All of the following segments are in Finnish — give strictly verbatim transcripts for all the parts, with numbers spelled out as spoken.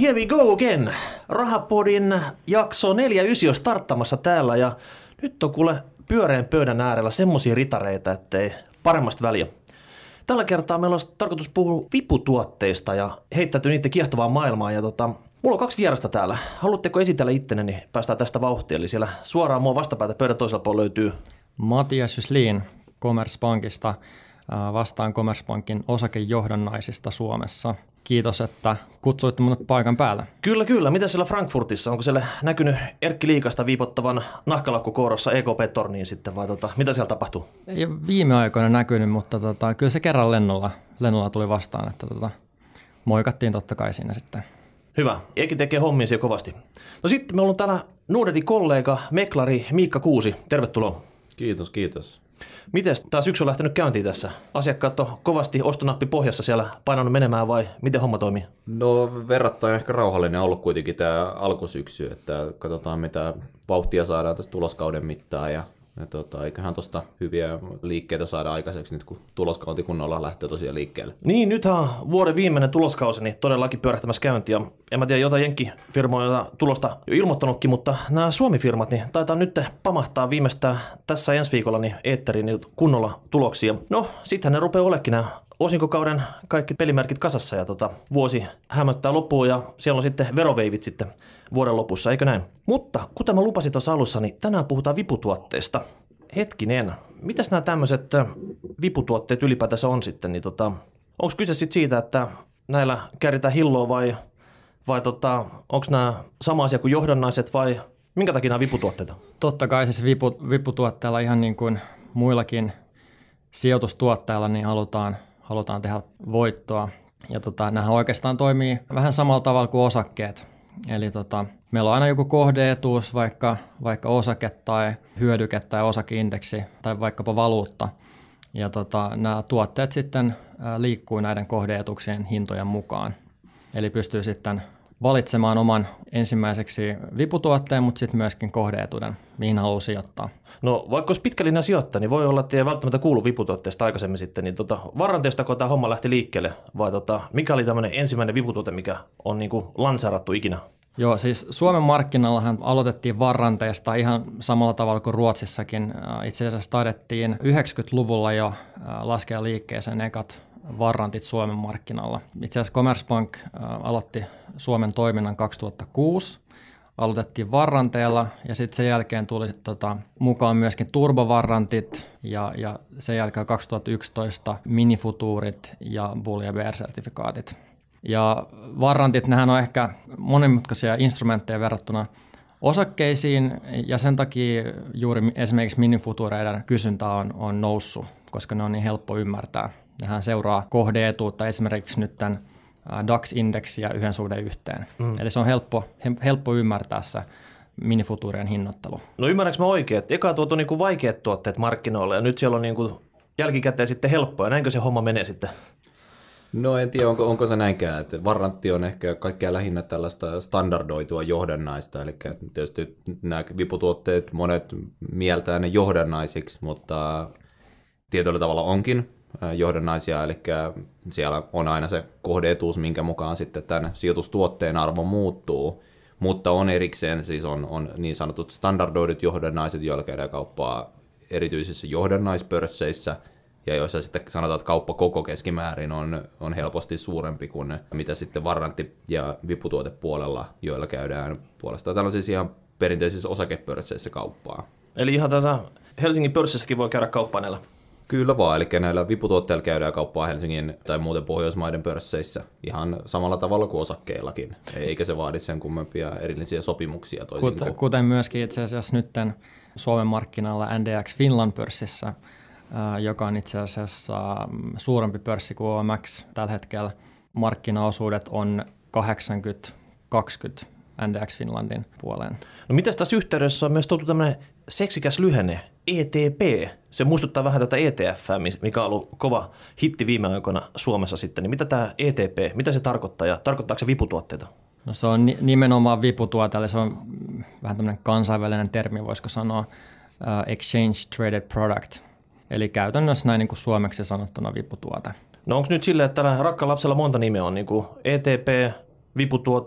Here we go again. Rahapodin jakso neljäkymmentäyhdeksän on starttamassa täällä ja nyt on kuule pyöreän pöydän äärellä semmosia ritareita, ettei paremmasta väliä. Tällä kertaa meillä on tarkoitus puhua viputuotteista ja heittäytyy niiden kiehtovaan maailmaan. Ja tota, mulla on kaksi vierasta täällä. Haluatteko esitellä ittenne, niin päästään tästä vauhtiin. Eli siellä suoraan mua vastapäätä pöydän toisella puolella löytyy Matias Juslin Commerzbankista. Vastaan Commerzbankin osakejohdannaisista Suomessa. Kiitos, että kutsuitte minut paikan päällä. Kyllä, kyllä. Mitä siellä Frankfurtissa? Onko siellä näkynyt Erkki Liikasta viipottavan nahkalakkukoorossa E K P-torniin sitten vai tota, mitä siellä tapahtuu? Ei ole viime aikoina näkynyt, mutta tota, kyllä se kerran lennolla, lennolla tuli vastaan, että tota, moikattiin totta kai siinä sitten. Hyvä. Eki tekee hommia siellä kovasti. No sitten meillä on täällä Nordetin kollega, meklari Miikka Kuusi. Tervetuloa. Kiitos, kiitos. Mites tämä syksy on lähtenyt käyntiin tässä? Asiakkaat on kovasti ostonappi pohjassa siellä painanut menemään vai miten homma toimii? No verrattain ehkä rauhallinen ollut kuitenkin tämä alkusyksy, että katsotaan mitä vauhtia saadaan tässä tuloskauden mittaan ja, ja tota, eiköhän tuosta hyviä liikkeitä saada aikaiseksi nyt kun tuloskauti kunnolla lähtee tosiaan liikkeelle. Niin, nythän on vuoden viimeinen tuloskausi, niin todellakin pyörähtämässä käyntiä. En mä tiedä, jotain jenkkifirmoja tulosta jo ilmoittanutkin, mutta nämä Suomi-firmat niin taitaa nyt pamahtaa viimeistään tässä ensi viikolla niin eetteriin niin kunnolla tuloksia. No, sittenhän ne rupeaa olekin nämä osinkokauden kaikki pelimerkit kasassa ja tota, vuosi hämöttää loppuun ja siellä on sitten veroveivit sitten vuoden lopussa, eikö näin? Mutta kuten mä lupasin tuossa alussa, niin tänään puhutaan viputuotteista. Hetkinen, mitäs nämä tämmöiset viputuotteet ylipäätänsä on sitten? Niin tota, onko kyse sitten siitä, että näillä kääritään hilloa vai, vai tota, onko nämä sama asia kuin johdannaiset vai minkä takia nämä viputuotteita? Totta kai siis vipu, viputuotteilla ihan niin kuin muillakin sijoitustuotteilla niin halutaan, halutaan tehdä voittoa. Ja tota, nämähän oikeastaan toimii vähän samalla tavalla kuin osakkeet. Eli tota, meillä on aina joku kohde-etuus, vaikka, vaikka osake tai hyödyke tai osakeindeksi tai vaikkapa valuutta. Ja tota, nämä tuotteet sitten ää, liikkuu näiden kohde-etuuksien hintojen mukaan. Eli pystyy sitten valitsemaan oman ensimmäiseksi viputuotteen, mutta sitten myöskin kohde-etuuden, mihin haluaa sijoittaa. No vaikka olisi pitkällinen sijoittaja, niin voi olla, että ei välttämättä kuulu viputuotteesta aikaisemmin sitten. Niin tota, Varranteestako tämä homma lähti liikkeelle vai tota, mikä oli tämmöinen ensimmäinen viputuote, mikä on niin kuin lanseerattu ikinä? Joo, siis Suomen markkinallahan aloitettiin Varranteesta ihan samalla tavalla kuin Ruotsissakin. Itse asiassa taidettiin yhdeksänkymmentäluvulla jo laskea liikkeeseen ekat Varrantit Suomen markkinalla. Itse asiassa Commerzbank aloitti Suomen toiminnan kaksituhattakuusi. Aloitettiin Varranteella ja sitten sen jälkeen tuli tota, mukaan myöskin turbovarrantit ja, ja sen jälkeen kaksituhattayksitoista minifutuurit ja bull- ja bear-sertifikaatit. Ja varrantit, nehän on ehkä monimutkaisia instrumentteja verrattuna osakkeisiin ja sen takia juuri esimerkiksi minifutureiden kysyntä on, on noussut, koska ne on niin helppo ymmärtää. Nehän seuraa kohde-etuutta esimerkiksi nyt tämän DAX-indeksiä yhden suhde yhteen. Mm. Eli se on helppo, helppo ymmärtää se minifuturien hinnoittelu. No ymmärränkö mä oikein, että eka tuot on niinku vaikeat tuotteet markkinoilla ja nyt siellä on niinku jälkikäteen sitten helppoa. Näinkö se homma menee sitten? No en tiedä, onko, onko se näinkään, että varrantti on ehkä kaikkea lähinnä tällaista standardoitua johdannaista, eli tietysti nämä viputuotteet monet mieltää ne johdannaisiksi, mutta tietyllä tavalla onkin johdannaisia, eli siellä on aina se kohde-etuus, minkä mukaan sitten tämän sijoitustuotteen arvo muuttuu, mutta on erikseen, siis on, on niin sanotut standardoidut johdannaiset, joilla käydään kauppaa erityisissä johdannaispörsseissä, ja joissa sitten sanotaan, että kauppa koko keskimäärin on, on helposti suurempi kuin mitä sitten varrantti- ja viputuotepuolella, joilla käydään puolestaan tällaisissa ihan perinteisissä osakepörsseissä kauppaa. Eli ihan tässä Helsingin pörssissäkin voi käydä kauppaa näillä? Kyllä vaan, eli näillä viputuotteilla käydään kauppaa Helsingin tai muuten Pohjoismaiden pörsseissä ihan samalla tavalla kuin osakkeillakin, eikä se vaadi sen kummempia erillisiä sopimuksia toisin kuten, kuten myöskin itse asiassa nyt Suomen markkinalla N D X Finland-pörssissä, joka on itse asiassa suurempi pörssi kuin O M X tällä hetkellä. Markkinaosuudet on kahdeksankymmentä kaksikymmentä N D X Finlandin puoleen. No mitäs tässä yhteydessä on myös tuotu tämmöinen seksikäs lyhenne, E T P. Se muistuttaa vähän tätä E T F:ää, mikä on ollut kova hitti viime aikoina Suomessa sitten. Niin mitä tämä E T P, mitä se tarkoittaa ja tarkoittaako se viputuotteita? No se on nimenomaan viputuote, eli se on vähän tämmöinen kansainvälinen termi, voisiko sanoa, uh, Exchange Traded Product. Eli käytännössä näin niin kuin suomeksi sanottuna viputuote. No onko nyt silleen, että tällä rakkaalla lapsella monta nimeä on, niin kuin E T P, viputuote,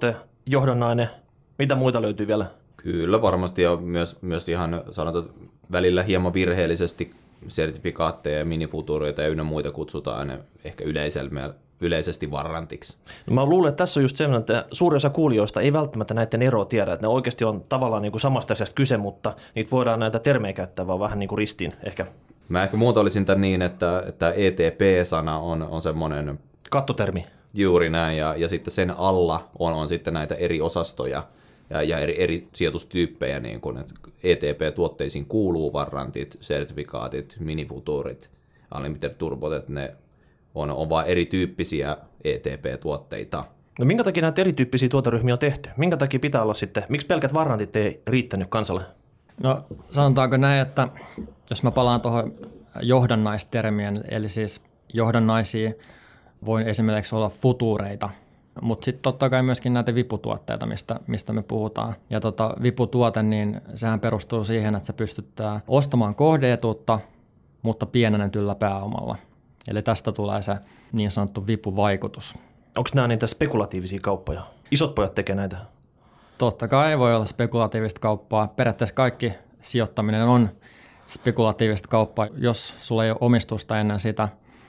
johdannainen. Mitä muita löytyy vielä? Kyllä varmasti, ja myös, myös ihan sanotaan välillä hieman virheellisesti sertifikaatteja ja minifutuureita ja ynnä muita kutsutaan ehkä yleisesti varrantiksi. No mä luulen, että tässä on just sellainen, että suuri osa kuulijoista ei välttämättä näiden eroa tiedä, että ne oikeasti on tavallaan niin kuin samasta asiasta kyse, mutta niitä voidaan näitä termejä käyttää vaan vähän niin kuin ristiin ehkä. Mä ehkä muotoilisin tämän niin, että, että E T P-sana on, on semmoinen kattotermi. Juuri näin, ja, ja sitten sen alla on, on sitten näitä eri osastoja ja, ja eri, eri sijoitustyyppejä, niin kuin, että E T P-tuotteisiin kuuluu varrantit, sertifikaatit, minifutuurit, unlimited turbot, että ne on, on vain erityyppisiä E T P-tuotteita. No minkä takia näitä erityyppisiä tuoteryhmiä on tehty? Minkä takia pitää olla sitten, miksi pelkät varrantit ei riittänyt kansalle? No sanotaanko näin, että jos mä palaan tuohon johdannaistermien, eli siis johdannaisia voi esimerkiksi olla futuureita, mutta sitten totta kai myöskin näitä viputuotteita, mistä, mistä me puhutaan. Ja tota, viputuote, niin sehän perustuu siihen, että se pystyttää ostamaan kohde-etuutta, mutta pienenetyllä pääomalla. Eli tästä tulee se niin sanottu vipuvaikutus. Onko nämä niitä spekulatiivisia kauppoja? Isot pojat tekee näitä? Totta kai voi olla spekulatiivista kauppaa. Periaatteessa kaikki sijoittaminen on spekulatiivista kauppaa, jos sulla ei ole omistusta ennen sitä.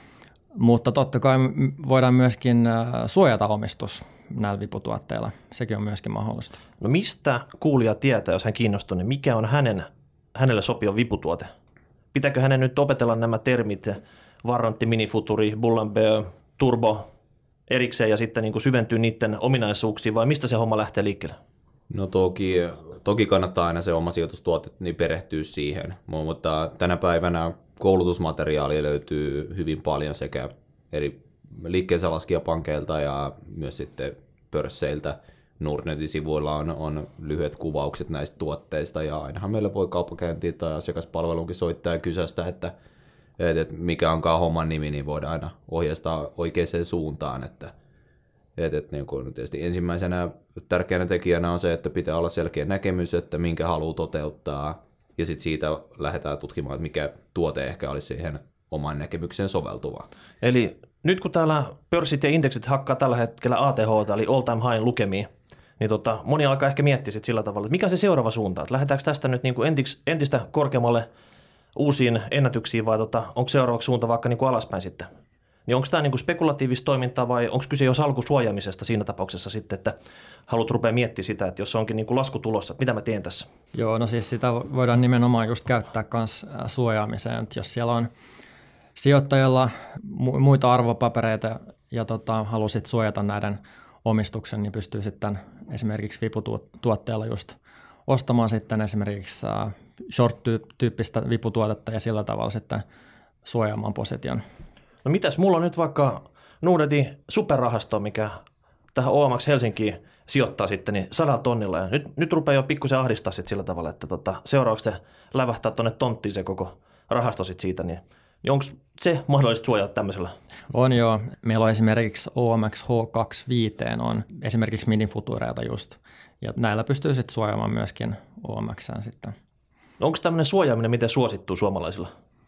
Mutta totta kai voidaan myöskin suojata omistus näillä viputuotteilla. Sekin on myöskin mahdollista. No mistä kuulija tietää, jos hän kiinnostuu, niin mikä on hänen, hänelle sopiva viputuote? Pitääkö hänen nyt opetella nämä termit, varrantti, minifuturi, Bull&Bear, turbo erikseen ja sitten niin kuin syventyy niiden ominaisuuksiin, vai mistä se homma lähtee liikkeelle? No toki, toki kannattaa aina se oma sijoitustuote niin perehtyä siihen, mutta tänä päivänä koulutusmateriaalia löytyy hyvin paljon sekä eri liikkeensalaskijapankeilta ja myös sitten pörsseiltä. Nordnetin sivuilla on, on lyhyet kuvaukset näistä tuotteista ja ainahan meillä voi kauppakäyntiin tai asiakaspalvelunkin soittaa ja kysästä, että, että mikä onkaan homman nimi, niin voidaan aina ohjeistaa oikeaan suuntaan. Että, että, että niin kuin tietysti ensimmäisenä tärkeänä tekijänä on se, että pitää olla selkeä näkemys, että minkä haluaa toteuttaa. Ja sitten siitä lähdetään tutkimaan, että mikä tuote ehkä olisi siihen omaan näkemykseen soveltuva. Eli nyt kun täällä pörssit ja indeksit hakkaa tällä hetkellä A T H, eli all time high lukemiin, niin tota, moni alkaa ehkä miettiä sit sillä tavalla, että mikä on se seuraava suunta? Että lähdetäänkö tästä nyt niin kuin entistä, entistä korkeammalle uusiin ennätyksiin vai tota, onko seuraavaksi suunta vaikka niin kuin alaspäin sitten? Niin onko tämä niin kuin spekulatiivista toimintaa vai onko kyse jo salkusuojaamisesta siinä tapauksessa sitten, että haluat rupea miettimään sitä, että jos onkin niin kuin lasku tulossa, että mitä mä teen tässä? Joo, no siis sitä voidaan nimenomaan just käyttää myös suojaamiseen, että jos siellä on sijoittajalla muita arvopapereita ja tota, halusit suojata näiden omistuksen, niin pystyy sitten esimerkiksi viputuotteella just ostamaan sitten esimerkiksi short-tyyppistä viputuotetta ja sillä tavalla sitten suojaamaan position. No mitäs, mulla on nyt vaikka Nordnetin superrahasto, mikä tähän O M X Helsinkiin sijoittaa sitten niin sadalla tonnilla. Ja nyt, nyt rupeaa jo pikkusen ahdistaa sitten sillä tavalla, että tota, seuraavaksi se lävähtää tuonne tonttiin se koko rahasto sitten siitä, niin onko se mahdollista suojata tämmöisellä? On joo. Meillä on esimerkiksi O M X H kaksikymmentäviisi on esimerkiksi minifutureita just, ja näillä pystyy sitten suojaamaan myöskin O M Xään sitten. No onko tämmöinen suojaaminen miten suosittuu suomalaisilla?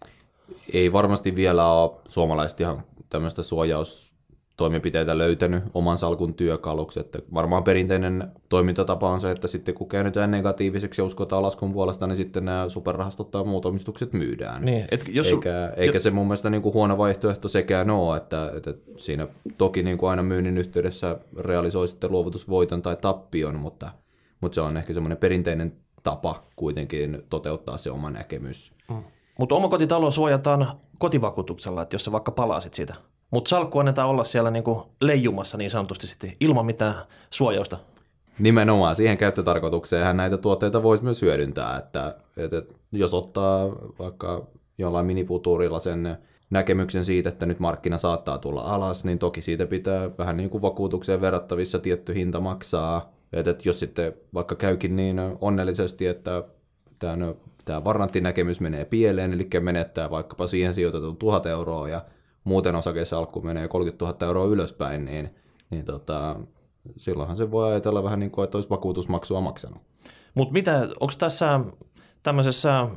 Ei varmasti vielä ole suomalaiset ihan tämmöistä suojaustoimenpiteitä löytänyt oman salkun työkaluksi. Että varmaan perinteinen toimintatapa on se, että sitten kun käännytään negatiiviseksi ja uskotaan laskun puolesta, niin sitten nämä superrahastot tai muut omistukset myydään. Niin, et jos eikä, eikä se mun mielestä niin kuin huono vaihtoehto sekään ole, että, että siinä toki niin kuin aina myynnin yhteydessä realisoi sitten luovutusvoiton tai tappion, mutta, mutta se on ehkä semmoinen perinteinen tapa kuitenkin toteuttaa se oma näkemys. Mm. Mutta omakotitalo suojataan kotivakuutuksella, että jos se vaikka palaa sit siitä. Mutta salkku annetaan olla siellä niinku leijumassa niin sanotusti sitten ilman mitään suojausta. Nimenomaan siihen käyttötarkoitukseenhan näitä tuotteita voisi myös hyödyntää, että, että jos ottaa vaikka jollain minifutuurilla sen näkemyksen siitä, että nyt markkina saattaa tulla alas, niin toki siitä pitää vähän niin kuin vakuutukseen verrattavissa tietty hinta maksaa. Että jos sitten vaikka käykin niin onnellisesti, että tämä Tämä varranttinäkemys menee pieleen, eli menettää vaikkapa siihen sijoitetun tuhat euroa ja muuten osakesalkku menee kolmekymmentätuhatta euroa ylöspäin, niin, niin tota, silloinhan se voi ajatella vähän niin kuin, että olisi vakuutusmaksua maksanut. Mutta mitä, onko tässä tämmöisessä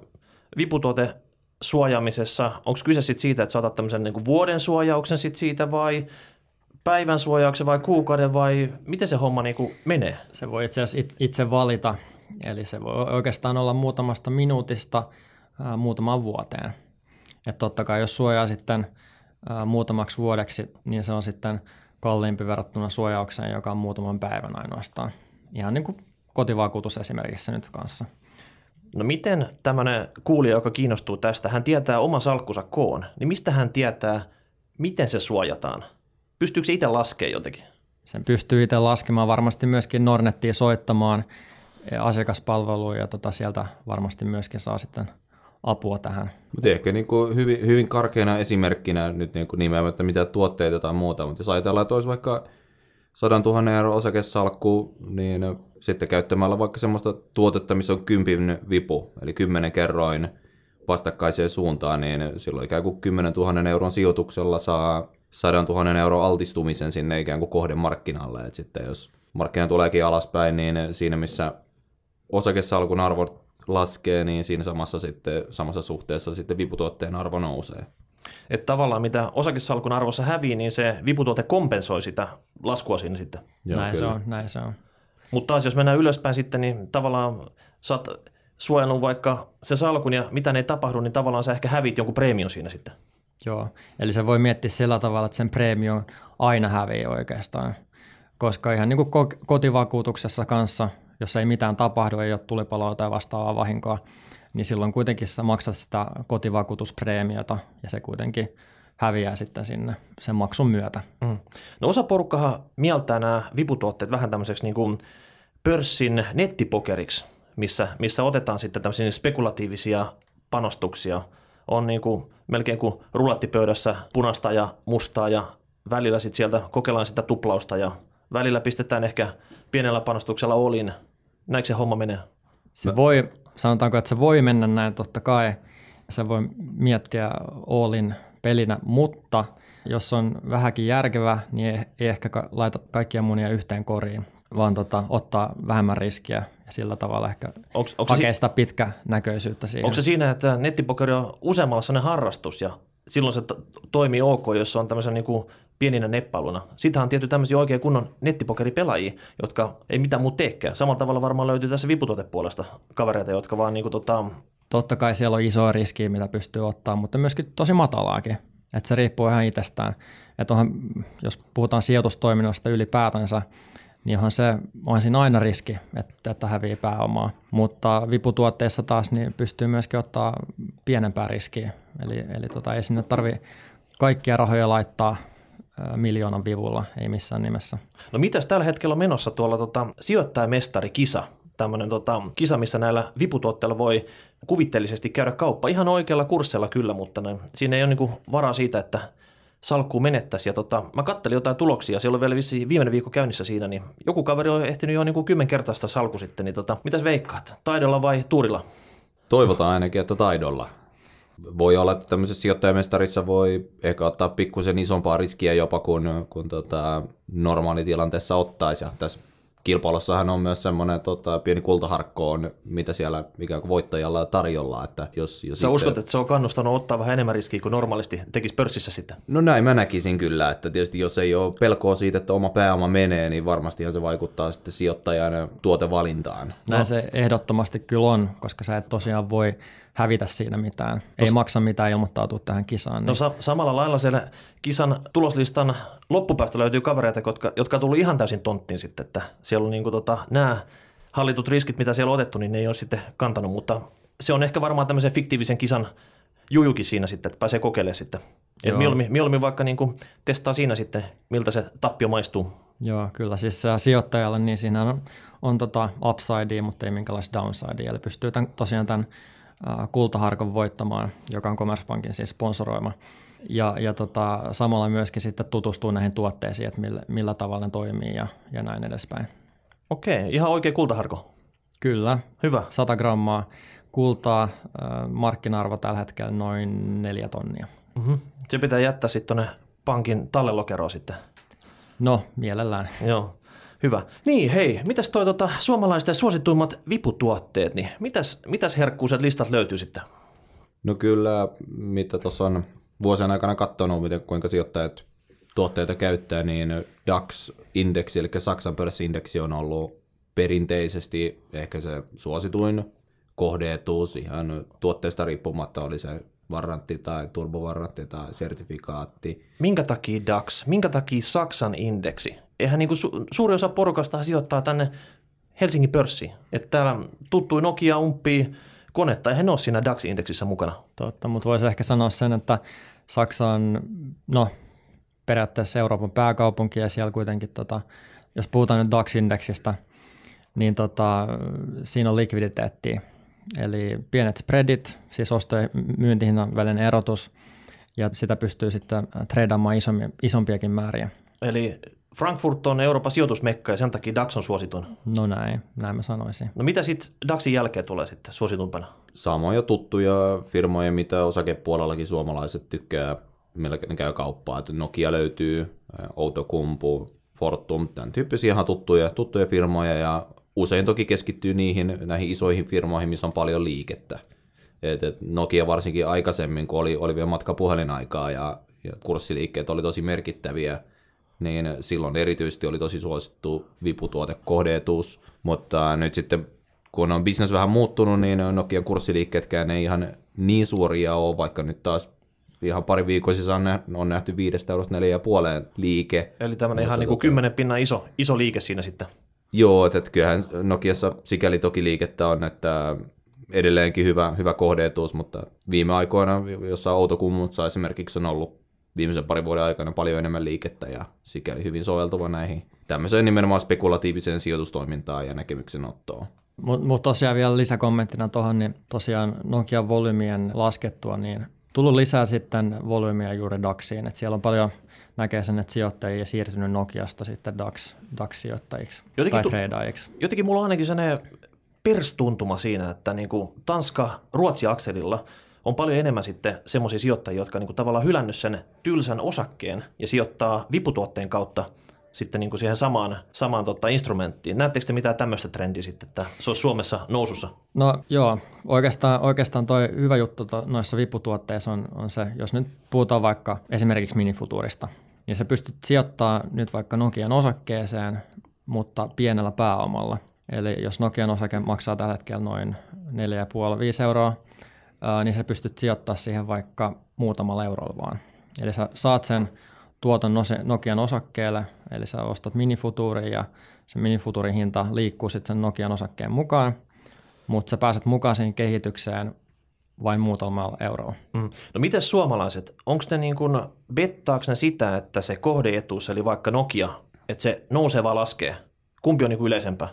viputuotesuojaamisessa, onko kyse sit siitä, että saatat tämmöisen niin kuin vuoden suojauksen sit siitä vai päivän suojauksen vai kuukauden vai miten se homma niin kuin menee? Se voi itse asiassa itse valita, eli se voi oikeastaan olla muutamasta minuutista ää, muutamaan vuoteen. Että totta kai jos suojaa sitten ää, muutamaksi vuodeksi, niin se on sitten kalliimpi verrattuna suojaukseen, joka on muutaman päivän ainoastaan. Ihan niin kuin kotivakuutus esimerkiksi nyt kanssa. No miten tämmöinen kuulija, joka kiinnostuu tästä, hän tietää oman salkkunsa koon, niin mistä hän tietää, miten se suojataan? Pystyykö se itse laskemaan jotenkin? Sen pystyy itse laskemaan, varmasti myöskin Nordnettiin soittamaan asiakaspalveluun ja tota sieltä varmasti myöskin saa sitten apua tähän. Mutta ehkä niin kuin hyvin, hyvin karkeana esimerkkinä nyt niin kuin nimeämättä mitä tuotteita tai muuta, mutta jos ajatellaan, että olisi vaikka sadantuhannen euron osakesalkku, niin sitten käyttämällä vaikka semmoista tuotetta, missä on kympin vipu, eli kymmenen kerroin vastakkaiseen suuntaan, niin silloin ikään kuin kymmenentuhannen euron sijoituksella saa sadantuhannen euron altistumisen sinne ikään kuin kohdemarkkinalle. Et sitten jos markkina tuleekin alaspäin, niin siinä missä osakesalkun arvo laskee, niin siinä samassa, sitten, samassa suhteessa sitten viputuotteen arvo nousee. Että tavallaan mitä osakesalkun arvossa hävii, niin se viputuote kompensoi sitä laskua siinä sitten. Joo, näin kyllä. se on, näin se on. Mutta taas jos mennään ylöspäin sitten, niin tavallaan sä oot suojannut vaikka se salkun ja mitä ei tapahdu, niin tavallaan sä ehkä hävit jonkun preemion siinä sitten. Joo, eli se voi miettiä sillä tavalla, että sen preemion aina hävii oikeastaan, koska ihan niin kuin kotivakuutuksessa kanssa, jos ei mitään tapahdu, ei ole tulipaloa tai vastaavaa vahinkoa, niin silloin kuitenkin sä maksat sitä kotivakuutuspreemiota ja se kuitenkin häviää sitten sinne sen maksun myötä. Mm. No osa porukkahan mieltää nämä viputuotteet vähän tämmöiseksi niin kuin pörssin nettipokeriksi, missä, missä otetaan sitten tämmöisiä spekulatiivisia panostuksia. On niin kuin melkein kuin rulattipöydässä punaista ja mustaa ja välillä sitten sieltä kokeillaan sitä tuplausta ja välillä pistetään ehkä pienellä panostuksella olin. Näinkö se homma menee? Se voi, sanotaanko, että se voi mennä näin totta kai. Se voi miettiä olin pelinä, mutta jos on vähänkin järkevä, niin ei ehkä laita kaikkia munia yhteen koriin, vaan tota, ottaa vähemmän riskiä ja sillä tavalla ehkä onks, onks hakee si- sitä pitkänäköisyyttä siihen. Onko se siinä, että nettipokeri on useammalla sellainen harrastus ja silloin se t- toimii ok, jos on tämmöisen niin kuin pieninä neppailuna. Siitähän on tietty tämmöisiä oikein kunnon nettipokeripelaajia, jotka ei mitään muuta teekään. Samalla tavalla varmaan löytyy tässä viputuotepuolesta kavereita, jotka vaan niin kuin tota... Totta kai siellä on isoa riskiä, mitä pystyy ottaa, mutta myöskin tosi matalaakin. Että se riippuu ihan itsestään. Että onhan, jos puhutaan sijoitustoiminnasta ylipäätänsä, niin onhan, se, onhan siinä aina riski, että, että hävii pääomaa. Mutta viputuotteissa taas niin pystyy myöskin ottaa pienempää riskiä. Eli, eli tota, ei sinne tarvitse kaikkia rahoja laittaa ä, miljoonan vivulla, ei missään nimessä. No mitäs tällä hetkellä on menossa tuolla tota, sijoittajamestari-kisa? Tämmöinen tota, kisa, missä näillä viputuotteilla voi kuvitteellisesti käydä kauppa. Ihan oikealla kurssilla kyllä, mutta ne, siinä ei ole niinku varaa siitä, että salkkuun menettäisi. Ja tota, mä kattelin jotain tuloksia, siellä on vielä vissiin viimeinen viikko käynnissä siinä, niin joku kaveri on ehtinyt jo niinku kymmenkertaista salku sitten. Niin tota, mitäs veikkaat, taidolla vai tuurilla? Toivotaan ainakin, että taidolla. Voi olla, että tämmöisessä sijoittajamestarissa voi ehkä ottaa pikkusen isompaa riskiä jopa kuin, kuin tota, normaalitilanteessa ottaisi. Ja tässä kilpailussahan on myös semmoinen tota, pieni kultaharkko on, mitä siellä ikään kuin voittajalla tarjolla. Että jos, jos Sä itse... uskot, että se on kannustanut ottaa vähän enemmän riskiä kuin normaalisti tekisi pörssissä sitten? No näin mä näkisin kyllä, että tietysti jos ei ole pelkoa siitä, että oma pääoma menee, niin varmastihan se vaikuttaa sitten sijoittajan tuotevalintaan. Näin no. Se ehdottomasti kyllä on, koska sä et tosiaan voi hävitä siinä mitään. Ei no, maksa mitään ilmoittautua tähän kisaan. Niin. No sa- samalla lailla siellä kisan tuloslistan loppupäästä löytyy kavereita, jotka, jotka on tullut ihan täysin tonttiin sitten, että siellä on niin kuin tota, nämä hallitut riskit, mitä siellä on otettu, niin ne ei ole sitten kantanut, mutta se on ehkä varmaan tämmöisen fiktiivisen kisan jujukin siinä sitten, että pääsee kokeilemaan sitten. Mieluummin, mieluummin vaikka niin kuin testaa siinä sitten, miltä se tappio maistuu. Joo, kyllä. Siis sijoittajalle niin siinä on, on tota upsidea, mutta ei minkälaista downsidea. Eli pystyy tämän, tosiaan tämän kultaharkon voittamaan, joka on Commerzbankin siis sponsoroima. Ja, ja tota, samalla myöskin sitten tutustuu näihin tuotteisiin, että millä, millä tavalla ne toimii ja, ja näin edespäin. Okei, ihan oikein kultaharko. Kyllä. Hyvä. sata grammaa kultaa, äh, markkina-arvo tällä hetkellä noin neljä tonnia. Mm-hmm. Se pitää jättää sitten tuonne pankin tallelokeroon sitten. No, mielellään. Joo. Hyvä. Niin, hei, mitäs toi tota, suomalaisten suosituimmat viputuotteet, niin mitäs, mitäs herkkuiset listat löytyy sitten? No kyllä, mitä tuossa on vuosien aikana katsonut, miten, kuinka sijoittajat tuotteita käyttää, niin DAX-indeksi, eli Saksan pörssi-indeksi on ollut perinteisesti ehkä se suosituin kohdeetuus ihan tuotteesta riippumatta, oli se varrantti tai turbovarrantti tai sertifikaatti. Minkä takia DAX? Minkä takia Saksan indeksi? Eihän niin kuin su- suuri osa porukasta sijoittaa tänne Helsingin pörssiin. Että täällä tuttui Nokia umppii konetta, eihän ne ole siinä DAX-indeksissä mukana. Totta, mutta voisi ehkä sanoa sen, että Saksa on no, periaatteessa Euroopan pääkaupunki ja siellä kuitenkin, tota, jos puhutaan nyt DAX-indeksistä, niin tota, siinä on likviditeettiä. Eli pienet spreadit, siis osto- ja myyntihinnan välinen erotus, ja sitä pystyy sitten treidaamaan isompi, isompiakin määriä. Eli Frankfurt on Euroopan sijoitusmekka ja sen takia DAX on suosituin. No näin, näin mä sanoisin. No mitä sitten DAXin jälkeen tulee sitten suositumpana? Samoja tuttuja firmoja, mitä osakepuolellakin suomalaiset tykkää, millä ne käy kauppaa. Että Nokia löytyy, Outokumpu, Fortum, tämän tyyppisiä ihan tuttuja, tuttuja firmoja ja usein toki keskittyy niihin näihin isoihin firmoihin, missä on paljon liikettä. Et, et Nokia varsinkin aikaisemmin, kun oli, oli vielä matkapuhelinaikaa ja, ja kurssiliikkeet oli tosi merkittäviä, niin silloin erityisesti oli tosi suosittu viputuote kohdeetuus, mutta nyt sitten kun on business vähän muuttunut, niin Nokian kurssiliikkeetkään ei ihan niin suuria ole, vaikka nyt taas ihan pari viikkoa sisään on nähty viidestä eurosta neljä ja puoleen liike. Eli tämmöinen ihan niin kuin kymmenen pinnan iso, iso liike siinä sitten. Joo, että kyllähän Nokiassa sikäli toki liikettä on, että edelleenkin hyvä, hyvä kohdeetuus, mutta viime aikoina jossain Outokummussa esimerkiksi on ollut viimeisen parin vuoden aikana paljon enemmän liikettä ja sikäli hyvin soveltuva näihin tämmöiseen nimenomaan spekulatiiviseen sijoitustoimintaan ja näkemyksenottoon. Mutta mut tosiaan vielä lisäkommenttina tuohon, niin tosiaan Nokian volyymien laskettua, niin tullut lisää sitten volyymiä juuri DAXiin, että siellä on paljon näkee sen, että sijoittajia siirtynyt Nokiasta sitten DAX, DAX-sijoittajiksi jotenkin tai treidaajiksi. Jotenkin mulla on ainakin sellainen perstuntuma siinä, että niin kuin Tanska-Ruotsi-akselilla on paljon enemmän sitten semmoisia sijoittajia, jotka niin kuin tavallaan hylännyt sen tylsän osakkeen ja sijoittaa viputuotteen kautta sitten niin kuin siihen samaan, samaan tota, instrumenttiin. Näettekö te mitään tämmöistä trendiä sitten, että se olisi Suomessa nousussa? No joo, oikeastaan, oikeastaan toi hyvä juttu to, noissa viputuotteissa on, on se, jos nyt puhutaan vaikka esimerkiksi minifuturista, niin sä pystyt sijoittamaan nyt vaikka Nokian osakkeeseen, mutta pienellä pääomalla. Eli jos Nokian osake maksaa tällä hetkellä noin neljä pilkku viisi viisi euroa, ää, niin sä pystyt sijoittamaan siihen vaikka muutamalla eurolla vaan. Eli sä saat sen tuoton Nokian osakkeelle, eli sä ostat minifutuurin ja se minifutuurin hinta liikkuu sitten sen Nokian osakkeen mukaan, mutta sä pääset mukaan siihen kehitykseen vain muutamalla eurolla. Mm. No miten suomalaiset, onko ne niin kuin, bettaako ne sitä, että se kohdeetuus, eli vaikka Nokia, että se nousee vai laskee? Kumpi on niin kuin yleisempää?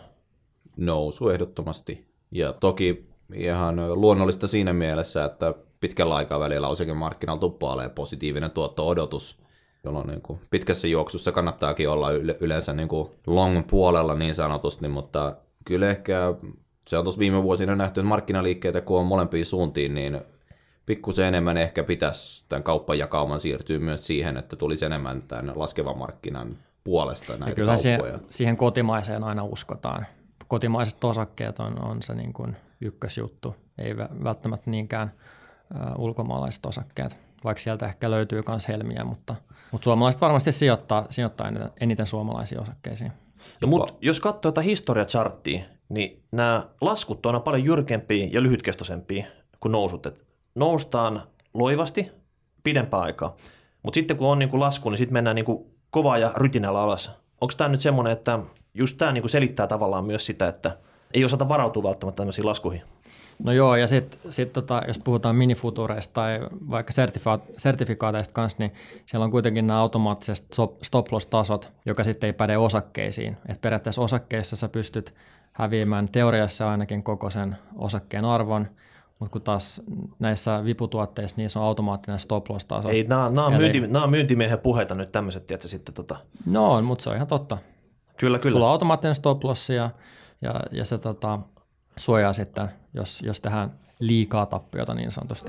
Nousu ehdottomasti. Ja toki ihan luonnollista siinä mielessä, että pitkällä aikavälillä osakemarkkinalla tuppailee positiivinen tuotto-odotus, jolloin niin kuin pitkässä juoksussa kannattaakin olla yleensä niin kuin long puolella niin sanotusti, mutta kyllä ehkä se on tuossa viime vuosina nähty, että markkinaliikkeitä kun on molempiin suuntiin, niin pikkusen enemmän ehkä pitäisi tämän kauppajakauman siirtyä myös siihen, että tulisi enemmän tämän laskevan markkinan puolesta näitä kyllä kauppoja. Siihen, siihen kotimaiseen aina uskotaan. Kotimaiset osakkeet on, on se niin kuin ykkösjuttu, ei välttämättä niinkään uh, ulkomaalaiset osakkeet, vaikka sieltä ehkä löytyy myös helmiä, mutta, mutta suomalaiset varmasti sijoittaa, sijoittaa eniten, eniten suomalaisiin osakkeisiin. No, mutta jos katsoo tätä historiacharttia, niin nämä laskut on aina paljon jyrkempiä ja lyhytkestoisempia kuin nousut. Et noustaan loivasti pidempään aikaa, mutta sitten kun on niinku lasku, niin sitten mennään niinku kovaa ja rytinällä alas. Onko tämä nyt semmoinen, että just tämä niinku selittää tavallaan myös sitä, että ei osata varautua välttämättä tämmöisiin laskuihin? No joo, ja sitten sit tota, jos puhutaan minifutureista tai vaikka sertifika- sertifikaateista kanssa, niin siellä on kuitenkin nämä automaattiset stop-loss-tasot, joka sitten ei päde osakkeisiin. Et periaatteessa osakkeissa sä pystyt häviämään teoriassa ainakin koko sen osakkeen arvon, mutta kun taas näissä viputuotteissa niissä on automaattinen stop-loss-taso. Ei, nämä, nämä, on, Eli... myynti, nämä on myyntimiehen puheita nyt tämmöiset, tiedätkö sitten tota... No, mutta se on ihan totta. Kyllä, kyllä. Sulla on automaattinen stop-loss ja, ja, ja se tota, suojaa sitten, jos, jos tehdään liikaa tappiota niin sanotusti.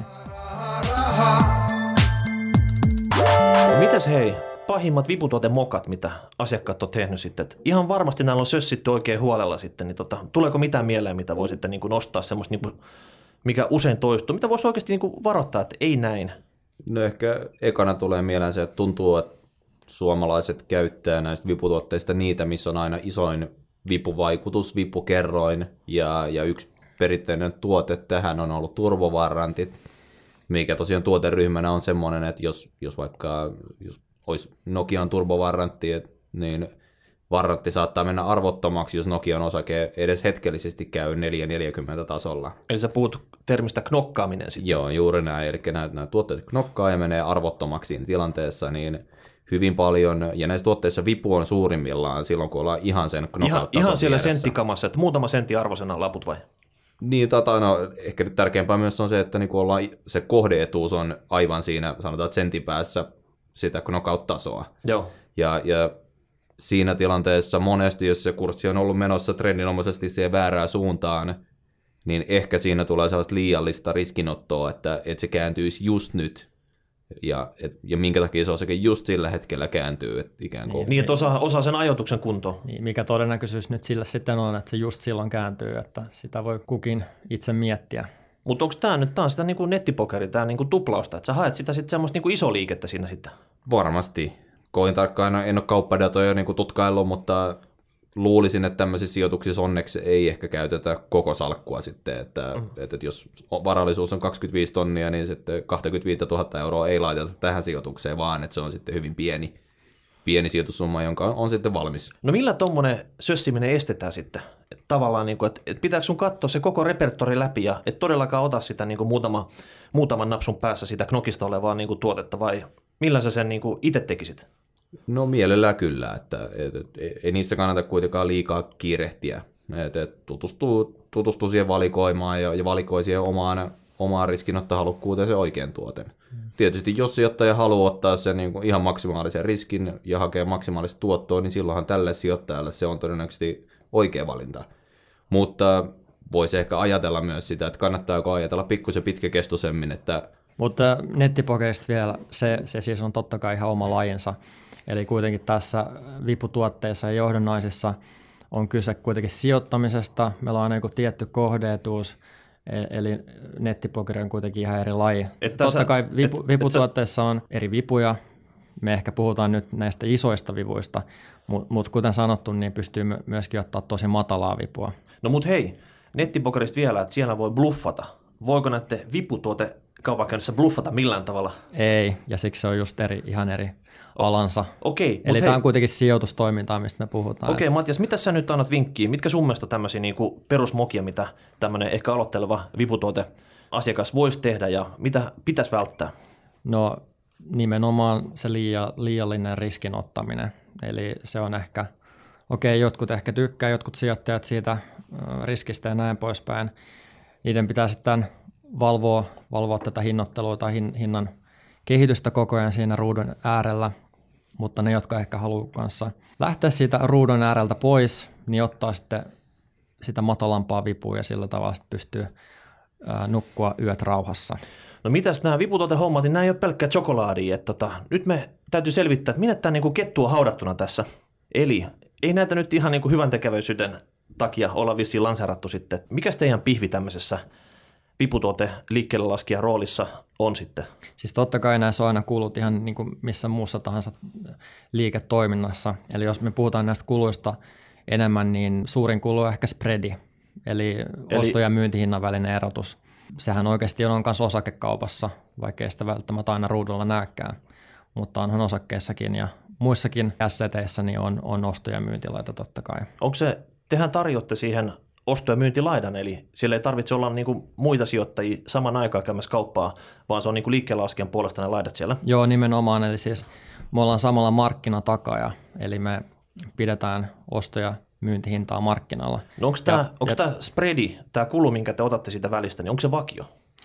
Mitäs hei, pahimmat viputuotemokat, mitä asiakkaat on tehnyt sitten? Et ihan varmasti näillä on sössitty oikein huolella sitten, niin tota, tuleeko mitään mieleen, mitä voi sitten niin kuin nostaa semmoista, niin kuin, mikä usein toistuu, mitä voisi oikeasti niin kuin varoittaa, että ei näin? No ehkä ekana tulee mieleen se, että tuntuu, että suomalaiset käyttää näistä viputuotteista niitä, missä on aina isoin vipuvaikutus, vipukerroin, ja, ja yksi perinteinen tuote tähän on ollut turbovarrantit, mikä tosiaan tuoteryhmänä on semmoinen, että jos, jos vaikka jos olisi Nokian turbovarrantti, niin varrantti saattaa mennä arvottomaksi, jos Nokian osake edes hetkellisesti käy neljä neljäkymmentä tasolla. Eli sä puhut termistä knokkaaminen sitten. Joo, juuri näin. Eli nämä, nämä tuotteet knokkaa ja menee arvottomaksi siinä tilanteessa, niin hyvin paljon, ja näissä tuotteissa vipu on suurimmillaan silloin, kun ollaan ihan sen knockout-tason Ihan, ihan siellä vieressä. senttikamassa, että muutama sentti arvosena laput vai? Niin, tota, no, ehkä nyt tärkeämpää myös on se, että niin ollaan, se kohdeetuus on aivan siinä, sanotaan, että sentin päässä sitä knockout-tasoa. Joo. Ja, ja siinä tilanteessa monesti, jos se kurssi on ollut menossa trendinomaisesti siihen väärään suuntaan, niin ehkä siinä tulee sellaista liiallista riskinottoa, että, että se kääntyisi just nyt. Ja, et, ja minkä takia se osake just sillä hetkellä kääntyy. Että ikään kuin. Niin, että osaa, osaa sen ajoituksen kuntoon. Niin, mikä todennäköisyys nyt sillä sitten on, että se just silloin kääntyy, että sitä voi kukin itse miettiä. Mutta onko tämä nyt taas sitä niinku nettipokeri, tämä niinku tuplausta, että sä haet sitä sitten semmoista niinku iso liikettä siinä sitten? Varmasti. Kovin tarkkaan en ole kauppadatoja niin tutkaillut, mutta luulisin, että tämmöisissä sijoituksissa onneksi ei ehkä käytetä koko salkkua sitten, että, mm. että jos varallisuus on kaksikymmentäviisi tonnia, niin sitten kaksikymmentäviisituhatta euroa ei laiteta tähän sijoitukseen, vaan että se on sitten hyvin pieni, pieni sijoitussumma, jonka on, on sitten valmis. No millä tuommoinen sössiminen estetään sitten? Et tavallaan, niin kuin, että, että pitääkö sun katsoa se koko repertori läpi ja et todellakaan ota sitä niin kuin muutama, muutaman napsun päässä sitä knokista olevaa niin kuin tuotetta vai millä sä sen niin kuin itse tekisit? No mielellään kyllä, että et, et, ei niissä kannata kuitenkaan liikaa kiirehtiä. Et, et tutustuu, tutustuu siihen valikoimaan ja, ja valikoi siihen omaan, omaan riskinottohalukkuuteen se oikean tuoten. Hmm. Tietysti jos sijoittaja haluaa ottaa sen niin kuin ihan maksimaalisen riskin ja hakea maksimaalista tuottoa, niin silloinhan tälle sijoittajalle se on todennäköisesti oikea valinta. Mutta voisi ehkä ajatella myös sitä, että kannattaako ajatella pikkusen pitkäkestoisemmin, että mutta nettipokerista vielä, se, se siis on totta kai ihan oma lajinsa. Eli kuitenkin tässä viputuotteissa ja johdonnaisissa on kyse kuitenkin sijoittamisesta. Meillä on aina joku tietty kohdeetuus, eli nettipokeri on kuitenkin ihan eri laji. Et totta tässä, kai vipu, et, viputuotteissa on eri vipuja. Me ehkä puhutaan nyt näistä isoista vivuista, mutta mut kuten sanottu, niin pystyy myöskin ottaa tosi matalaa vipua. No mut hei, nettipokerista vielä, että siellä voi bluffata. Voiko näette viputuote kaupankäynnissä bluffata millään tavalla? Ei, ja siksi se on just eri, ihan eri alansa. Okei, Eli tämä on kuitenkin sijoitustoimintaa, mistä me puhutaan. Okei, Matias, mitä sä nyt annat vinkkiä? Mitkä sun mielestä tämmöisiä niin kuin perusmokia, mitä tämmöinen ehkä aloitteleva viputuote asiakas voisi tehdä ja mitä pitäisi välttää? No nimenomaan se liia, liiallinen riskin ottaminen. Eli se on ehkä, okei, jotkut ehkä tykkää, jotkut sijoittajat siitä riskistä ja näin poispäin. Niiden pitää sitten valvoa, valvoa tätä hinnoittelua tai hin, hinnan kehitystä koko ajan siinä ruudun äärellä, mutta ne, jotka ehkä haluaa kanssa lähteä siitä ruudun ääreltä pois, niin ottaa sitten sitä matalampaa vipua ja sillä tavalla pystyy ää, nukkua yöt rauhassa. No mitäs nämä viputuotehommat, niin nämä ei ole pelkkää chokolaadia. Että tota, nyt me täytyy selvittää, että minne tämä niinku kettu on haudattuna tässä. Eli ei näitä nyt ihan niinku hyvän tekeväisyyden takia olla vissiin lanseerattu sitten. Mikäs teidän pihvi tämmöisessä viputuote liikkeelle laskija roolissa on sitten? Siis totta kai näissä on aina kulut ihan niin kuin missä muussa tahansa liiketoiminnassa. Eli jos me puhutaan näistä kuluista enemmän, niin suurin kulu on ehkä spreadi, eli, eli osto- ja myyntihinnan välinen erotus. Sehän oikeasti on myös osakekaupassa, vaikka ei sitä välttämättä aina ruudulla näkään, mutta onhan osakkeissakin ja muissakin asseteissä niin on, on osto- ja myyntilaita totta kai. Onko se, tehän tarjotte siihen osto- ja myyntilaidan, eli siellä ei tarvitse olla niinku muita sijoittajia saman aikaan käymässä kauppaa, vaan se on niinku liikkeelle laskijan puolesta ne laidat siellä? Joo, nimenomaan, eli siis me ollaan samalla markkinatakaja, eli me pidetään osto- ja myyntihintaa markkinalla. No onko tämä, onko tämä spreadi, tämä kulu, minkä te otatte siitä välistä, niin onko se vakio?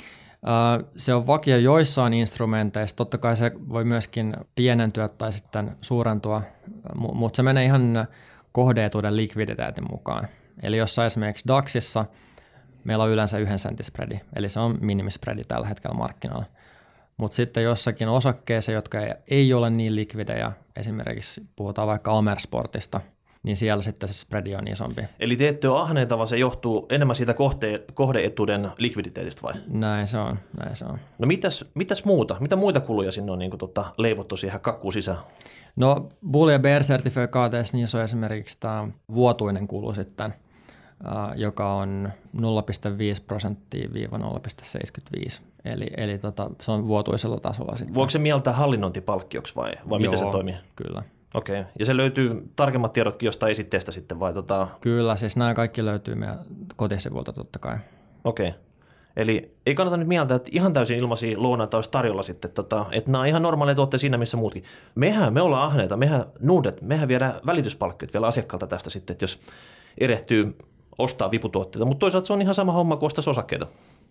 Se on vakio joissain instrumenteissa, totta kai se voi myöskin pienentyä tai sitten suurentua, mutta se menee ihan kohdeetuuden likviditeetin mukaan. Eli jossain esimerkiksi DAXissa meillä on yleensä yhden sentin spreadi, eli se on minimispreadi tällä hetkellä markkinoilla. Mutta sitten jossakin osakkeissa, jotka ei ole niin likvidejä, esimerkiksi puhutaan vaikka Amersportista, niin siellä sitten se spreadi on isompi. Eli te ette ole ahneita, vaan se johtuu enemmän siitä kohde- kohdeetuuden likviditeetistä vai? Näin se on, näin se on. No mitäs, mitäs muuta? Mitä muita kuluja sinne on niin kuin, tota, leivottu siihen kakkuun sisään? No Bull- ja Bear-sertifikaateissa niissä on esimerkiksi tämä vuotuinen kulu sitten, Uh, joka on nolla pilkku viisi prosenttia viiva nolla pilkku seitsemänkymmentäviisi. Eli, eli tota, se on vuotuisella tasolla sitten. Voiko se mieltää hallinnointipalkkioksi vai, vai Joo, miten se toimii? Kyllä. Okei. Okay. Ja se löytyy tarkemmat tiedotkin jostain esitteestä sitten vai? Tota... Kyllä, siis nämä kaikki löytyy meidän kotisivuilta totta kai. Okei. Okay. Eli ei kannata nyt mieltää, että ihan täysin ilmaisia lounaita olisi tarjolla sitten, tota, että nämä on ihan normaaleja tuotteita siinä, missä muutkin. Mehän, me ollaan ahneita, mehän Nordet, mehän viedään välityspalkkiot vielä asiakkaalta tästä sitten, että jos erehtyy ostaa viputuotteita, mutta toisaalta se on ihan sama homma kuin ostaisi osakkeita.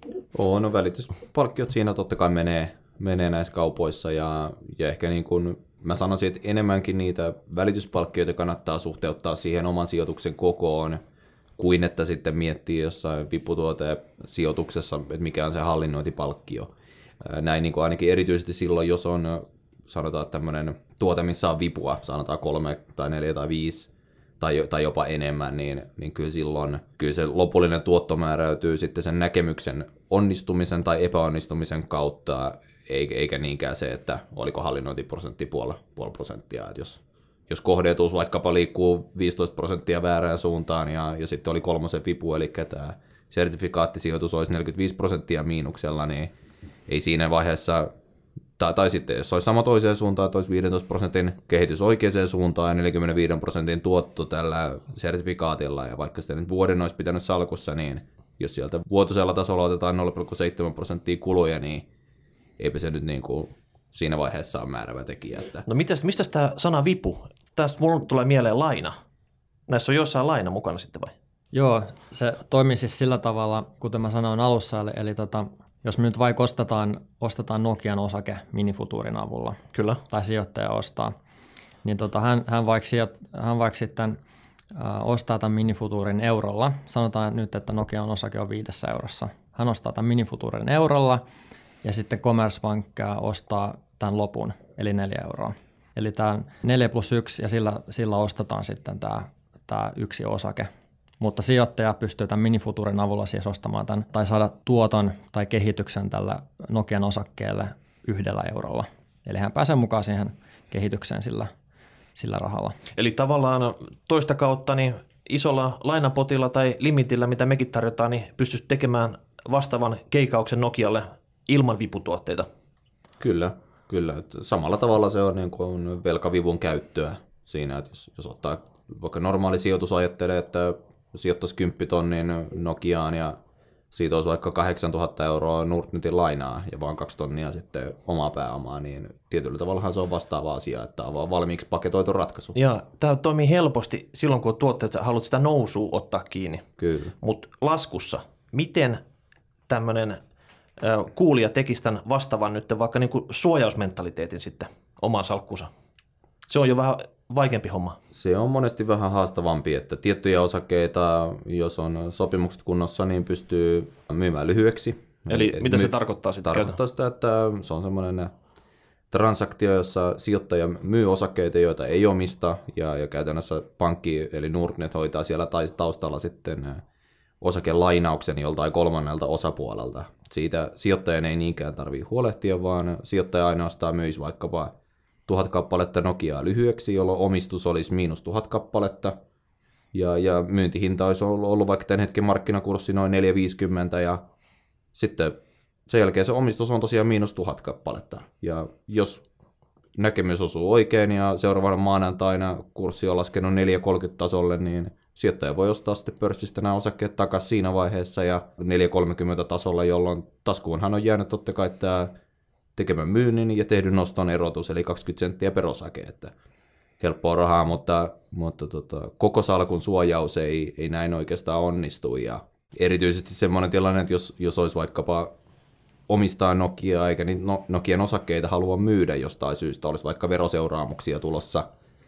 On, no välityspalkkiot siinä totta kai menee, menee näissä kaupoissa ja, ja ehkä niin kuin mä sanoisin, että enemmänkin niitä välityspalkkioita kannattaa suhteuttaa siihen oman sijoituksen kokoon, kuin että sitten miettii jossain viputuotesijoituksessa, että mikä on se hallinnointipalkkio. Näin niin kuin ainakin erityisesti silloin, jos on sanotaan tämmöinen tuote, missä on vipua, sanotaan kolme tai neljä tai viisi, Tai, tai jopa enemmän, niin, niin kyllä silloin kyllä se lopullinen tuotto määräytyy sitten sen näkemyksen onnistumisen tai epäonnistumisen kautta, eikä niinkään se, että oliko hallinnointiprosentti puoli, puoli prosenttia. Että jos, jos kohdeetus vaikkapa liikkuu viisitoista prosenttia väärään suuntaan ja, ja sitten oli kolmosen vipu, eli tämä sertifikaattisijoitus olisi neljäkymmentäviisi prosenttia miinuksella, niin ei siinä vaiheessa... Tai, tai sitten jos olisi sama toiseen suuntaan, että olisi viisitoista prosentin kehitys oikeaan suuntaan ja neljäkymmentäviisi prosentin tuotto tällä sertifikaatilla, ja vaikka sitä nyt vuoden olisi pitänyt salkussa, niin jos sieltä vuotuisella tasolla otetaan nolla pilkku seitsemän prosenttia kuluja, niin eipä se nyt niin kuin siinä vaiheessa ole määrävä tekijä. Että... No mitäs, mistä tämä sana vipu? Tästä mulle tulee mieleen laina. Näissä on jossain laina mukana sitten vai? Joo, se toimii siis sillä tavalla, kuten mä sanoin alussa, eli, eli tota, jos me nyt vaikka ostetaan, ostetaan Nokian osake minifutuurin avulla, kyllä, tai sijoittaja ostaa, niin tota, hän, hän, vaikka sijoit, hän vaikka sitten äh, ostaa tämän minifutuurin eurolla, sanotaan nyt, että Nokian osake on viidessä eurossa, hän ostaa tämän minifutuurin eurolla, ja sitten Commerzbank ostaa tämän lopun, eli neljä euroa. Eli tämä on neljä plus yksi, ja sillä, sillä ostetaan sitten tämä, tämä yksi osake. Mutta sijoittaja pystyy tämän minifuturin avulla siis ostamaan tämän, tai saada tuoton tai kehityksen tällä Nokian osakkeelle yhdellä eurolla. Eli hän pääsee mukaan siihen kehitykseen sillä, sillä rahalla. Eli tavallaan toista kautta niin isolla lainapotilla tai limitillä, mitä mekin tarjotaan, niin pystyisi tekemään vastaavan keikauksen Nokialle ilman viputuotteita. Kyllä, kyllä. Samalla tavalla se on niin kuin velkavivun käyttöä siinä, että jos, jos ottaa vaikka normaali sijoitus ajattelee, että sijoittaisi kymppitonnin Nokiaan ja siitä olisi vaikka kahdeksantuhatta euroa Nordnetin lainaa ja vaan kaksi tonnia sitten omaa pääomaa, niin tietyllä tavallahan se on vastaava asia, että on vaan valmiiksi paketoitu ratkaisu. Ja tämä toimii helposti silloin, kun tuotteet haluat sitä nousua ottaa kiinni. Kyllä. Mutta laskussa, miten tämmöinen kuulija tekisi tämän vastaavan nyt vaikka niin kuin suojausmentaliteetin sitten omaan salkkuunsa? Se on jo vähän vaikeampi homma. Se on monesti vähän haastavampi, että tiettyjä osakkeita, jos on sopimukset kunnossa, niin pystyy myymään lyhyeksi. Eli, Eli mitä my- se tarkoittaa sitten? Tarkoittaa sitä, että se on semmoinen transaktio, jossa sijoittaja myy osakkeita, joita ei omista, ja, ja käytännössä pankki eli Nordnet hoitaa siellä taustalla sitten osakelainauksen joltain kolmannelta osapuolelta. Siitä sijoittajan ei niinkään tarvitse huolehtia, vaan sijoittaja ainoastaan myisi vaikkapa tuhat kappaletta Nokiaa lyhyeksi, jolloin omistus olisi miinus tuhat kappaletta, ja, ja myyntihinta olisi ollut vaikka tämän hetken markkinakurssi noin neljä viisikymmentä, ja sitten sen jälkeen se omistus on tosiaan miinus tuhat kappaletta. Ja jos näkemys osuu oikein ja seuraavana maanantaina kurssi on laskenut neljä kolmekymmentä tasolle, niin sijoittaja voi ostaa sitten pörssistä nämä osakkeet takaisin siinä vaiheessa ja neljä kolmekymmentä tasolla, jolloin taskuunhan on jäänyt totta kai tämä tekemän myynnin ja tehdyn noston erotus, eli kaksikymmentä senttiä per osake, että helppoa rahaa, mutta, mutta tota, koko salkun suojaus ei, ei näin oikeastaan onnistu, ja erityisesti semmoinen tilanne, että jos, jos olisi vaikkapa omistaa Nokiaa, eikä niin no, Nokian osakkeita halua myydä jostain syystä, olisi vaikka veroseuraamuksia tulossa,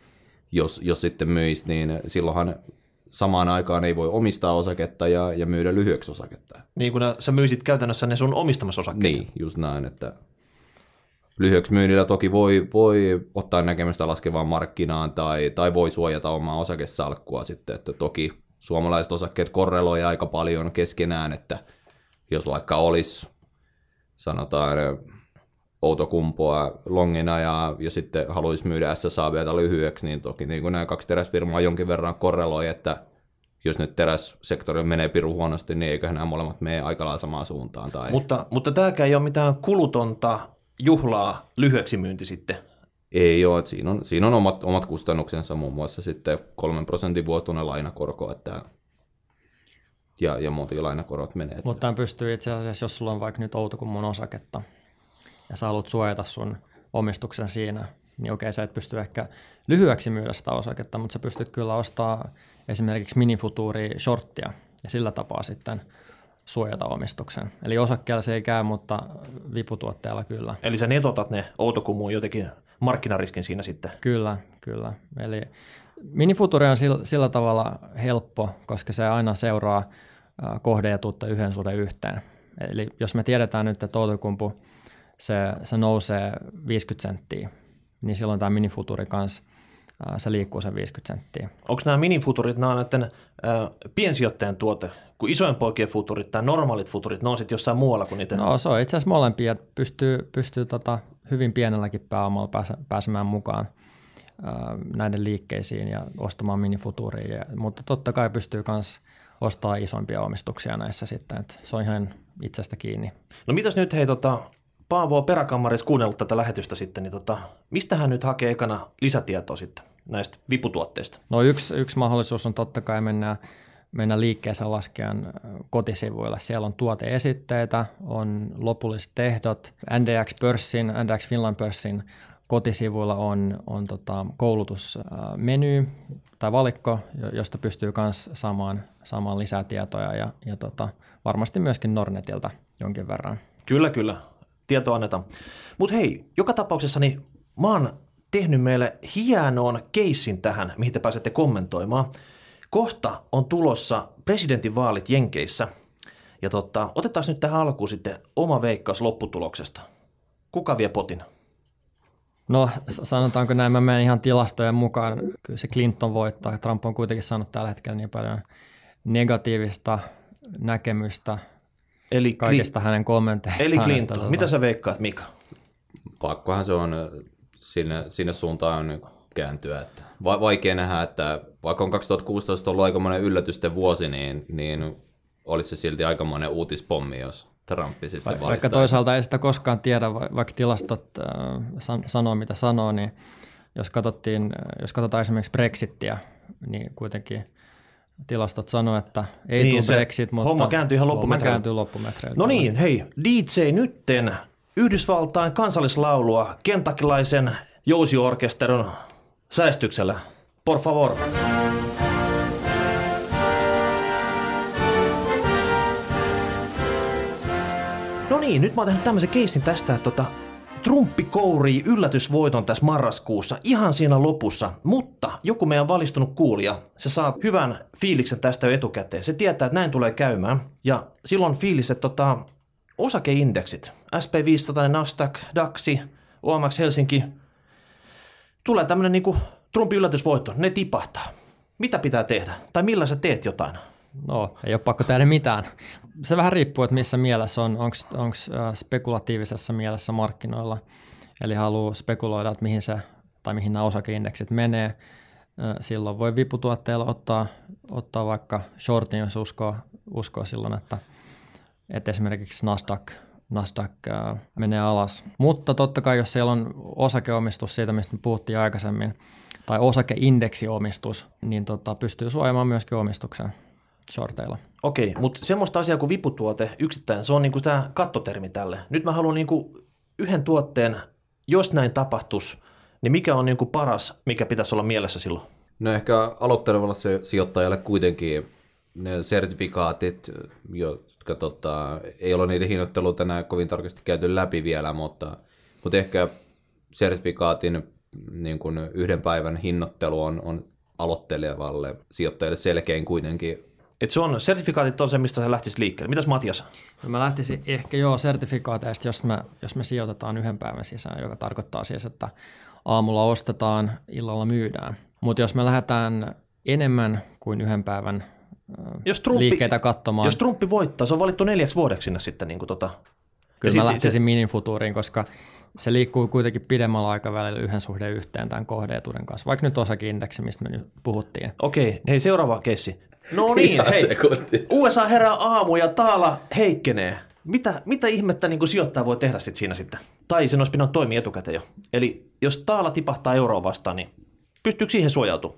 jos, jos sitten myisi, niin silloinhan samaan aikaan ei voi omistaa osaketta ja, ja myydä lyhyeksi osaketta. Niin kun sä myisit käytännössä ne sun omistamassa osakkeet. Niin, just näin, että lyhyeksi myynnillä toki voi, voi ottaa näkemystä laskevaan markkinaan tai, tai voi suojata omaa osakesalkkua sitten, että toki suomalaiset osakkeet korreloi aika paljon keskenään, että jos vaikka olisi, sanotaan, Outokumpoa longina ja, ja sitten haluaisi myydä S S A B:tä lyhyeksi, niin toki niin kuin nämä kaksi teräsfirmaa jonkin verran korreloi, että jos nyt terässektorilla menee pirun huonosti, niin eiköhän nämä molemmat mene aika lailla samaan suuntaan. Tai... Mutta, mutta tämäkään ei ole mitään kulutonta juhlaa lyhyeksi myynti sitten. Ei ole, että siinä on, siinä on omat, omat kustannuksensa, muun muassa sitten kolmen prosentin vuotuinen lainakorko, että ja, ja muutenkin lainakorot menee. Mutta tämän pystyy itse asiassa, jos sulla on vaikka nyt Outokummun osaketta, ja sä haluat suojata sun omistuksen siinä, niin okei, sä et pysty ehkä lyhyeksi myydä sitä osaketta, mutta sä pystyt kyllä ostamaan esimerkiksi minifutuuria shorttia, ja sillä tapaa sitten suojata omistuksen. Eli osakkeella se ei käy, mutta viputuotteella kyllä. Eli sä netotat ne Outokummuun jotenkin markkinariskin siinä sitten? Kyllä, kyllä. Eli minifuturi on sillä, sillä tavalla helppo, koska se aina seuraa kohdeetuutta yhden suhde yhteen. Eli jos me tiedetään nyt, että Outokumpu se, se nousee viisikymmentä senttiä, niin silloin tämä minifuturi kanssa se liikkuu sen viisikymmentä senttiä. Onko nämä minifuturit, nämä on näiden äh, piensijoittajan tuote, kun isojen poikien futurit tai normaalit futurit, ne on sitten jossain muualla kuin niitä? No se on itse asiassa molempia, että pystyy, pystyy tota, hyvin pienelläkin pääomalla pääse, pääsemään mukaan äh, näiden liikkeisiin ja ostamaan minifuturia, ja, mutta totta kai pystyy myös ostamaan isompia omistuksia näissä sitten, että se on ihan itsestä kiinni. No mitäs nyt hei tota... Paavo on peräkammarissa kuunnellut tätä lähetystä sitten, niin tota, mistä hän nyt hakee ekana lisätietoa sitten näistä viputuotteista? No yksi, yksi mahdollisuus on totta kai mennä, mennä liikkeeseen laskijan kotisivuille. Siellä on tuoteesitteitä, on lopulliset ehdot. N D X-pörssin, N D X Finland pörssin kotisivuilla on, on tota koulutusmeny tai valikko, josta pystyy myös saamaan, saamaan lisää tietoja ja, ja tota, varmasti myöskin Nordnetilta jonkin verran. Kyllä, kyllä. Tietoa annetaan. Mutta hei, joka tapauksessa niin mä oon tehnyt meille hienoon keissin tähän, mihin te pääsette kommentoimaan. Kohta on tulossa presidentinvaalit Jenkeissä. Ja tota, otetaan nyt tähän alkuun sitten oma veikkaus lopputuloksesta. Kuka vie potin? No sanotaanko näin, mä menen ihan tilastojen mukaan. Kyllä se Clinton voittaa. Trump on kuitenkin saanut tällä hetkellä niin paljon negatiivista näkemystä Eli kaikista kli- hänen kommenteistaan. Eli Clinton. Että, mitä sä veikkaat, Mika? Pakkohan se on sinne, sinne suuntaan kääntyä. Että va- vaikea nähdä, että vaikka on kaksituhattakuusitoista ollut aikamoinen yllätysten vuosi, niin, niin olisi se silti aikamoinen uutispommi, jos Trumpi sitten valittaa. Vaikka toisaalta ei sitä koskaan tiedä, vaikka tilastot äh, san- sanoo mitä sanoo, niin jos, katsottiin, jos katsotaan esimerkiksi Brexittiä, niin kuitenkin tilastot sanoo, että ei niin, tule Brexit, mutta homma kääntyy ihan loppumetreillä. kääntyy loppumetreillä. No niin, hei, D J nytten Yhdysvaltain kansallislaulua kentakilaisen jousiorkesterin säestyksellä. Por favor. No niin, nyt mä oon tehnyt tämmöisen keissin tästä, että tota, Trumpi kourii yllätysvoiton tässä marraskuussa ihan siinä lopussa, mutta joku meidän valistunut kuulija, se saa hyvän fiiliksen tästä jo etukäteen. Se tietää, että näin tulee käymään ja silloin fiilis, että tota, osakeindeksit, S P viisisataa, Nasdaq, DAXi, O M X Helsinki, tulee tämmöinen niinku Trumpin yllätysvoitto, ne tipahtaa. Mitä pitää tehdä? Tai millä sä teet jotain? No, ei ole pakko tehdä mitään. Se vähän riippuu, että missä mielessä on. Onko spekulatiivisessa mielessä markkinoilla, eli haluaa spekuloida, että mihin, se, tai mihin nämä osakeindeksit menee. Silloin voi viputuotteilla ottaa, ottaa vaikka shortin, jos uskoo, uskoo silloin, että, että esimerkiksi Nasdaq, Nasdaq menee alas. Mutta totta kai, jos siellä on osakeomistus siitä, mistä me puhuttiin aikaisemmin, tai osakeindeksiomistus, niin tota, pystyy suojamaan myöskin omistuksen shorteilla. Okei, mutta semmoista asiaa kuin viputuote yksittäin, se on niinku tämä kattotermi tälle. Nyt mä haluan niinku yhden tuotteen, jos näin tapahtuisi, niin mikä on niinku paras, mikä pitäisi olla mielessä silloin? No ehkä aloittelevalle se sijoittajalle kuitenkin ne sertifikaatit, jotka tota, ei ole niiden hinnoittelua tänään kovin tarkasti käyty läpi vielä, mutta, mutta ehkä sertifikaatin niin kuin yhden päivän hinnoittelu on, on aloittelevalle sijoittajalle selkein kuitenkin. Et se on, sertifikaatit on se, mistä se lähtisi liikkeelle. Mitäs Matias? No mä lähtisin ehkä joo sertifikaateista, jos me, jos me sijoitetaan yhden päivän sisään, joka tarkoittaa siis, että aamulla ostetaan, illalla myydään. Mutta jos me lähdetään enemmän kuin yhden päivän jos Trumpi, liikkeitä katsomaan. Jos Trumpi voittaa, se on valittu neljäksi vuodeksi sinne sitten. Niin kuin tota. Kyllä sit, mä lähtisin se... minifuturiin, koska se liikkuu kuitenkin pidemmällä aikavälillä yhden suhde yhteen tämän kohdeetuuden kanssa, vaikka nyt osakin indeksi, mistä me nyt puhuttiin. Okei, hei seuraava keissi. No niin, hei, U S A herää aamu ja taala heikkenee. Mitä, mitä ihmettä niin kuin sijoittaja voi tehdä sit siinä sitten? Tai sen olisi pitänyt toimia etukäteen jo. Eli jos taala tipahtaa euroa vastaan, niin pystyykö siihen suojautumaan?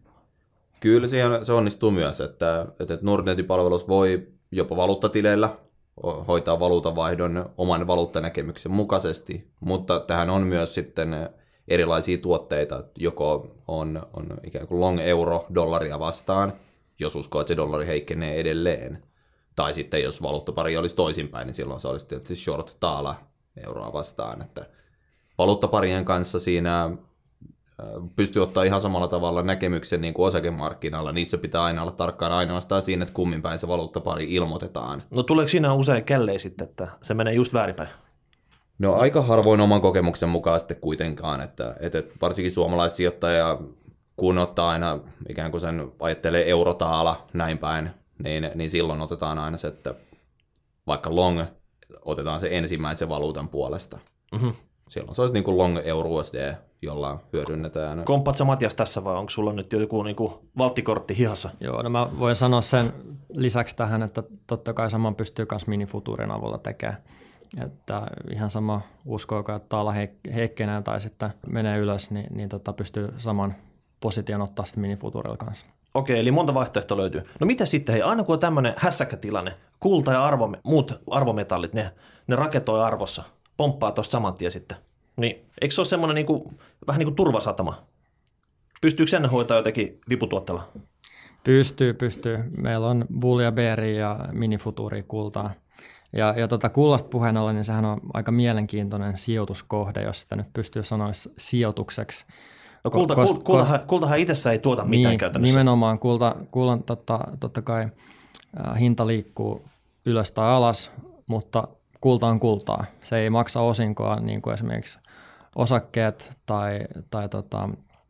Kyllä siihen se onnistuu myös, että, että Nordnetin palvelus voi jopa valuuttatileillä hoitaa valuutanvaihdon oman valuuttanäkemyksen mukaisesti, mutta tähän on myös sitten erilaisia tuotteita, joko on, on ikään kuin long euro dollaria vastaan, jos uskoo, että se dollari heikkenee edelleen, tai sitten jos valuuttapari olisi toisinpäin, niin silloin se olisi tietysti short taala euroa vastaan, että valuuttaparien kanssa siinä pystyy ottaa ihan samalla tavalla näkemyksen niin kuin osakemarkkinalla. Niissä pitää aina olla tarkkaan ainoastaan siinä, että kummin päin se valuuttapari ilmoitetaan. No tuleeko siinä usein källeen sitten, että se menee just väärinpäin? No aika harvoin oman kokemuksen mukaan sitten kuitenkaan, että, että varsinkin suomalaissijoittaja, kun ottaa aina ikään kuin sen ajattelee eurotaala näin päin, niin, niin silloin otetaan aina se, että vaikka long otetaan se ensimmäisen valuutan puolesta. Mm-hmm. Silloin se olisi niin kuin long euro U S D, jolla hyödynnetään. Komppaat sä Matias tässä vai onko sulla nyt joku niin kuin valttikortti hihassa? Joo, no mä voin sanoa sen lisäksi tähän, että totta kai saman pystyy myös minifutuurin avulla tekemään. Että ihan sama uskoiko, että taala heikkenee tai sitten menee ylös, niin, niin tota pystyy saman position ottaa sitten minifutuurilla kanssa. Okei, eli monta vaihtoehtoa löytyy. No mitä sitten, hei, aina kun on tämmöinen hässäkkätilanne, kulta ja arvo, muut arvometallit, ne, ne raketoi arvossa, pomppaa tuosta saman tien sitten. Niin, eikö se ole semmoinen niin kuin, vähän niin kuin turvasatama? Pystyykö sen hoitaa jotenkin viputuotteella? Pystyy, pystyy. Meillä on bull ja beari ja minifutuuri kultaa. Ja, ja tota kullasta puheen ollen, niin sehän on aika mielenkiintoinen sijoituskohde, jos sitä nyt pystyy sanoa sijoitukseksi. No kulta, kos, kultahan, kultahan itsessään ei tuota mitään niin, käytännössä. Nimenomaan kulta, kullan totta, totta kai äh, hinta liikkuu ylös tai alas, mutta kulta on kultaa. Se ei maksa osinkoa niin kuin esimerkiksi osakkeet tai, tai tota,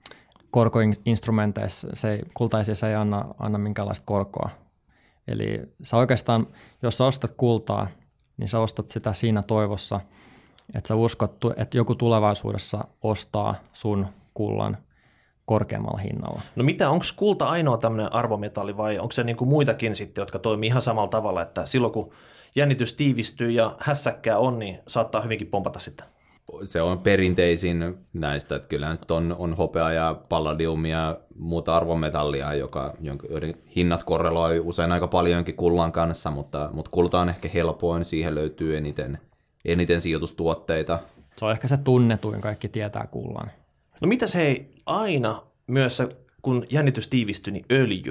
korkoinstrumenteissa. Se ei, kultaisissa ei anna, anna minkäänlaista korkoa. Eli sä oikeastaan, jos sä ostat kultaa, niin sä ostat sitä siinä toivossa, että sä uskot, että joku tulevaisuudessa ostaa sun kullan korkeammalla hinnalla. No mitä, onko kulta ainoa tämmöinen arvometalli vai onko se niin kuin muitakin sitten, jotka toimii ihan samalla tavalla, että silloin kun jännitys tiivistyy ja hässäkkää on, niin saattaa hyvinkin pompata sitten? Se on perinteisin näistä, että kyllähän on, on hopea ja palladiumia ja muuta arvometallia, joka, joiden hinnat korreloi usein aika paljonkin kullan kanssa, mutta, mutta kulta on ehkä helpoin, siihen löytyy eniten, eniten sijoitustuotteita. Se on ehkä se tunnetuin, kaikki tietää kullan. No mitä se ei aina myös, kun jännitys tiivistyy, niin öljy?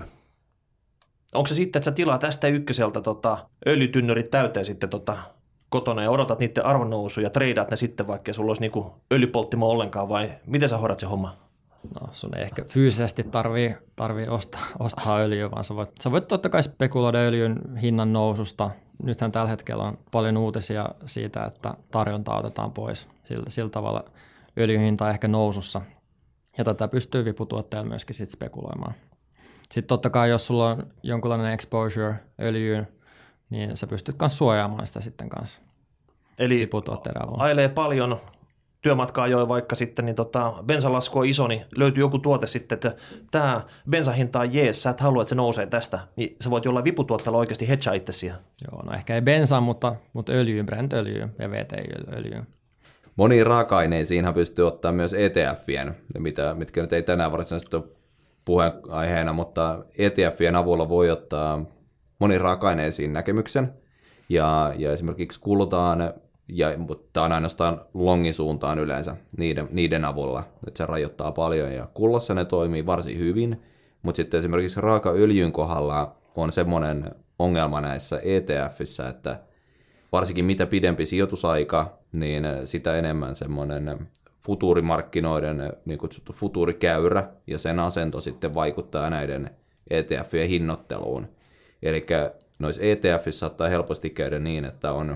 Onko se sitten, että sä tilaa tästä ykköseltä tota, öljytynnyrit täyteen sitten tota, kotona ja odotat niiden arvonnousuja ja treidaat ne sitten, vaikka sulla olisi niinku öljypolttimo ollenkaan, vai miten sä hoidat sen homma? No sun ei ehkä fyysisesti tarvii, tarvii ostaa, ostaa öljyä, vaan sä voit, sä voit totta kai spekuloida öljyn hinnan noususta. Nythän tällä hetkellä on paljon uutisia siitä, että tarjontaa otetaan pois. Sillä, sillä tavalla öljyn hinta on ehkä nousussa. Ja tätä pystyy viputuotteella myöskin sit spekuloimaan. Sitten totta kai, jos sulla on jonkunlainen exposure öljyyn, niin sä pystyt myös suojaamaan sitä sitten kanssa. Eli ailee paljon, työmatkaa ajoi vaikka sitten, niin tota, bensalasku on iso, niin löytyy joku tuote sitten, että tämä bensahinta on jees, sä et halua, että se nousee tästä, niin sä voit jollain viputuotteella oikeasti hedgaa itse siihen. Joo, no ehkä ei bensaa, mutta, mutta öljyyn, Brent-öljyyn ja V T I-öljyyn. Moniin raaka-aineisiin pystyy ottaa myös E T F:ien, mitä, mitkä nyt ei tänään varsinaisesti ole puheenaiheena, mutta E T F:ien avulla voi ottaa moniin raaka-aineisiin näkemyksen, ja, ja esimerkiksi kultaan, ja, mutta tämä on ainoastaan longin suuntaan yleensä niiden, niiden avulla, että se rajoittaa paljon, ja kullassa ne toimii varsin hyvin, mutta sitten esimerkiksi raakaöljyn kohdalla on semmoinen ongelma näissä E T F:issä, että varsinkin mitä pidempi sijoitusaika, niin sitä enemmän semmoinen futuurimarkkinoiden niin kutsuttu futuurikäyrä ja sen asento sitten vaikuttaa näiden E T F:ien hinnoitteluun. Eli noissa E T F:issä saattaa helposti käydä niin, että on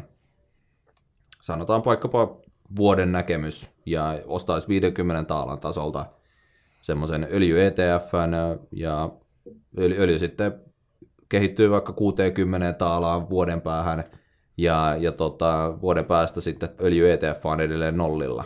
sanotaan vaikkapa vuoden näkemys ja ostaisi viidenkymmenen taalan tasolta semmoisen öljy-E T F:n ja öljy, öljy sitten kehittyy vaikka kuuteenkymmeneen taalaan vuoden päähän Ja, ja tota, vuoden päästä sitten öljy-E T F on edelleen nollilla.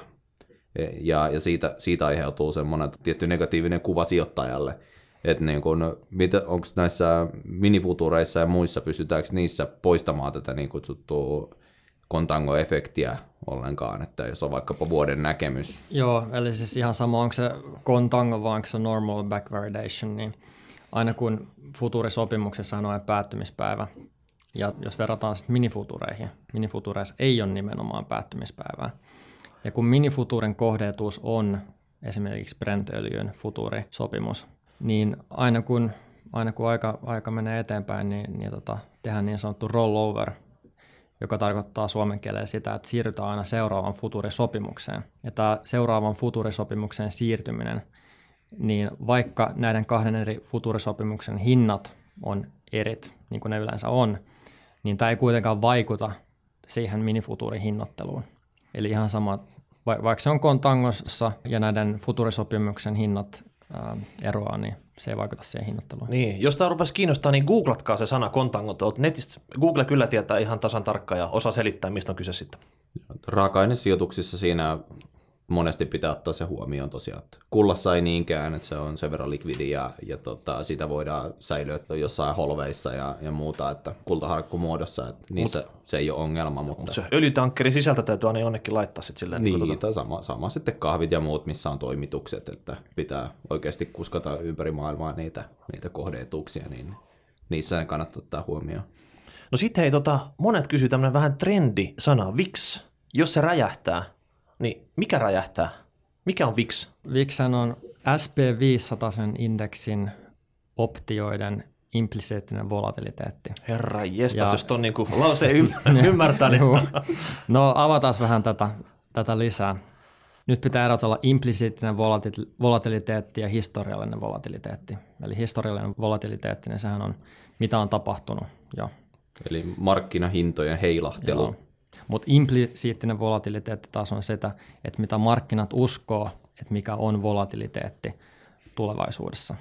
Ja, ja siitä, siitä aiheutuu semmoinen tietty negatiivinen kuva sijoittajalle. Että niin onko näissä minifutureissa ja muissa, pystytäänkö niissä poistamaan tätä niin kutsuttua kontango-efektiä ollenkaan, että jos on vaikkapa vuoden näkemys. Joo, eli siis ihan sama, onko se kontango vai onko se normal backwardation, niin aina kun futurisopimuksessa on päättymispäivä, ja jos verrataan sitten minifutureihin, minifutureissa ei ole nimenomaan päättymispäivää. Ja kun minifuturin kohdeetuus on esimerkiksi Brent-öljyn futurisopimus, niin aina kun, aina kun aika, aika menee eteenpäin, niin, niin tota, tehdään niin sanottu rollover, joka tarkoittaa suomen kielellä sitä, että siirrytään aina seuraavaan futurisopimukseen. Ja tämä seuraavan futurisopimukseen siirtyminen, niin vaikka näiden kahden eri futurisopimuksen hinnat on erit, niin kuin ne yleensä on, niin tämä ei kuitenkaan vaikuta siihen minifuturin hinnoitteluun. Eli ihan sama, vaikka se on kontangossa ja näiden futurisopimuksen hinnat ää, eroaa, niin se ei vaikuta siihen hinnoitteluun. Niin, jos tämä rupesi kiinnostaa, niin googlatkaa se sana kontango. Netistä Google kyllä tietää ihan tasan tarkkaan ja osaa selittää, mistä on kyse sitten. Raaka-ainesijoituksissa siinä monesti pitää ottaa se huomioon tosiaan. Kullassa ei niinkään, että se on sen verran likvidi ja, ja tota, sitä voidaan säilyä jossain holveissa ja, ja muuta, että kultaharkkumuodossa, että niissä mut, se ei ole ongelma. Mutta mut se öljytankkeri sisältä täytyy aina jonnekin laittaa sitten silleen. Niin, niin tai sama, sama sitten kahvit ja muut, missä on toimitukset, että pitää oikeasti kuskata ympäri maailmaa niitä, niitä kohdeetuuksia, niin niissä kannattaa ottaa huomioon. No sitten hei, tota, monet kysyy tämmöinen vähän trendi-sana, V I X, jos se räjähtää. Niin mikä räjähtää? Mikä on V I X? V I X on S and P viisisataa indeksin optioiden implisiittinen volatiliteetti. Herra jestas, jos tuon niin lauseen y- ymmärtää. Niin. No avataan vähän tätä, tätä lisää. Nyt pitää erotella implisiittinen volatiliteetti ja historiallinen volatiliteetti. Eli historiallinen volatiliteetti, niin sehän on mitä on tapahtunut jo. Eli markkinahintojen heilahtelu. Joo. Mutta implisiittinen volatiliteetti taas on sitä, että mitä markkinat uskoo, että mikä on volatiliteetti tulevaisuudessa.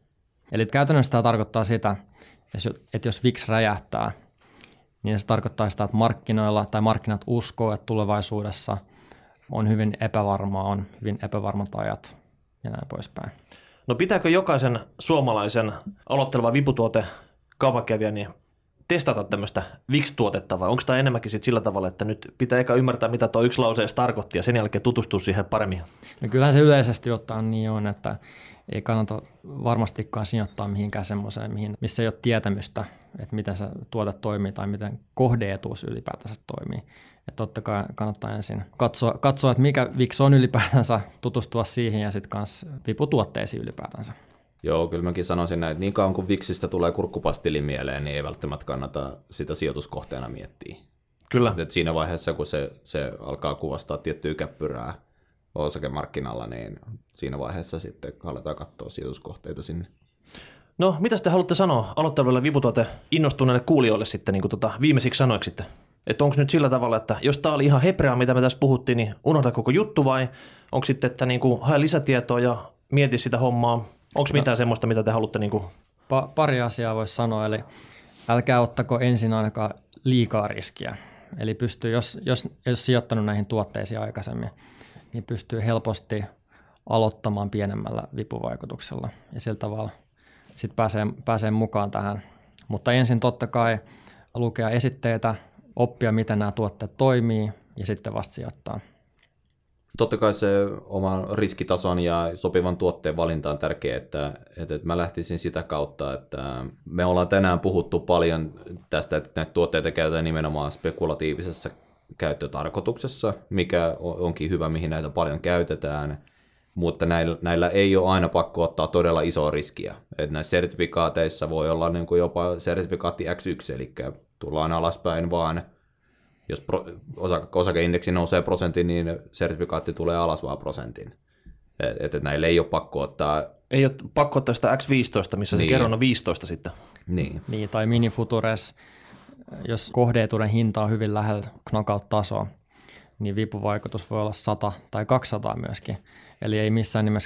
Eli käytännössä tämä tarkoittaa sitä, että jos V I X räjähtää, niin se tarkoittaa sitä, että markkinoilla tai markkinat uskoo, että tulevaisuudessa on hyvin epävarmaa, on hyvin epävarmat ajat ja näin poispäin. No pitääkö jokaisen suomalaisen aloitteleva viputuote kaupankävijä niin testata tämmöistä V I X-tuotetta vai onko tämä enemmänkin sit sillä tavalla, että nyt pitää eka ymmärtää, mitä tuo yksi lause edes tarkoitti ja sen jälkeen tutustua siihen paremmin? No kyllähän se yleisesti ottaen niin on, että ei kannata varmastikaan sijoittaa mihinkään semmoiseen, mihin, missä ei ole tietämystä, että miten se tuote toimii tai miten kohdeetuus ylipäätänsä toimii. Että totta kai kannattaa ensin katsoa, katsoa, että mikä V I X on ylipäätänsä, tutustua siihen ja sitten myös viputuotteisiin ylipäätänsä. Joo, kyllä mäkin sanoisin näin, että niin kauan kun V I Xistä tulee kurkkupastilin mieleen, niin ei välttämättä kannata sitä sijoituskohteena miettiä. Kyllä. Et siinä vaiheessa, kun se, se alkaa kuvastaa tiettyä käppyrää osakemarkkinalla, niin siinä vaiheessa sitten aletaan katsoa sijoituskohteita sinne. No, mitä te haluatte sanoa aloittaville viputuote innostuneille kuulijoille sitten niin kuin tota, viimeisiksi sanoiksi sitten? Että onko nyt sillä tavalla, että jos tämä oli ihan hebrea, mitä me tässä puhuttiin, niin unohda koko juttu vai onko sitten, että niin kuin hae lisätietoa ja mieti sitä hommaa? Onko mitään no, semmoista, mitä te haluatte? Niin kuin pa- pari asiaa voisi sanoa, eli älkää ottako ensin ainakaan liikaa riskiä. Eli pystyy, jos, jos, jos sijoittanut näihin tuotteisiin aikaisemmin, niin pystyy helposti aloittamaan pienemmällä vipuvaikutuksella ja sillä tavalla sitten pääsee, pääsee mukaan tähän. Mutta ensin totta kai lukea esitteitä, oppia miten nämä tuotteet toimii ja sitten vasta sijoittaa. Totta kai se oman riskitason ja sopivan tuotteen valinta on tärkeää, että, että mä lähtisin sitä kautta, että me ollaan tänään puhuttu paljon tästä, että näitä tuotteita käytetään nimenomaan spekulatiivisessa käyttötarkoituksessa, mikä onkin hyvä, mihin näitä paljon käytetään, mutta näillä, näillä ei ole aina pakko ottaa todella isoa riskiä. Että näissä sertifikaateissa voi olla niin kuin jopa sertifikaatti X yksi, eli tullaan alaspäin vaan. Jos pro, osa, osakeindeksi nousee prosentin, niin sertifikaatti tulee alas vaan prosentin. Että et näille ei ole pakko ottaa. Ei ole pakko ottaa sitä X viisitoista, missä niin. Se kerron on viisitoista sitten. Niin. niin tai minifutures, jos kohdeetuuden hinta on hyvin lähellä knockout-tasoa, niin vipuvaikutus voi olla sata tai kaksisataa myöskin. Eli ei missään nimessä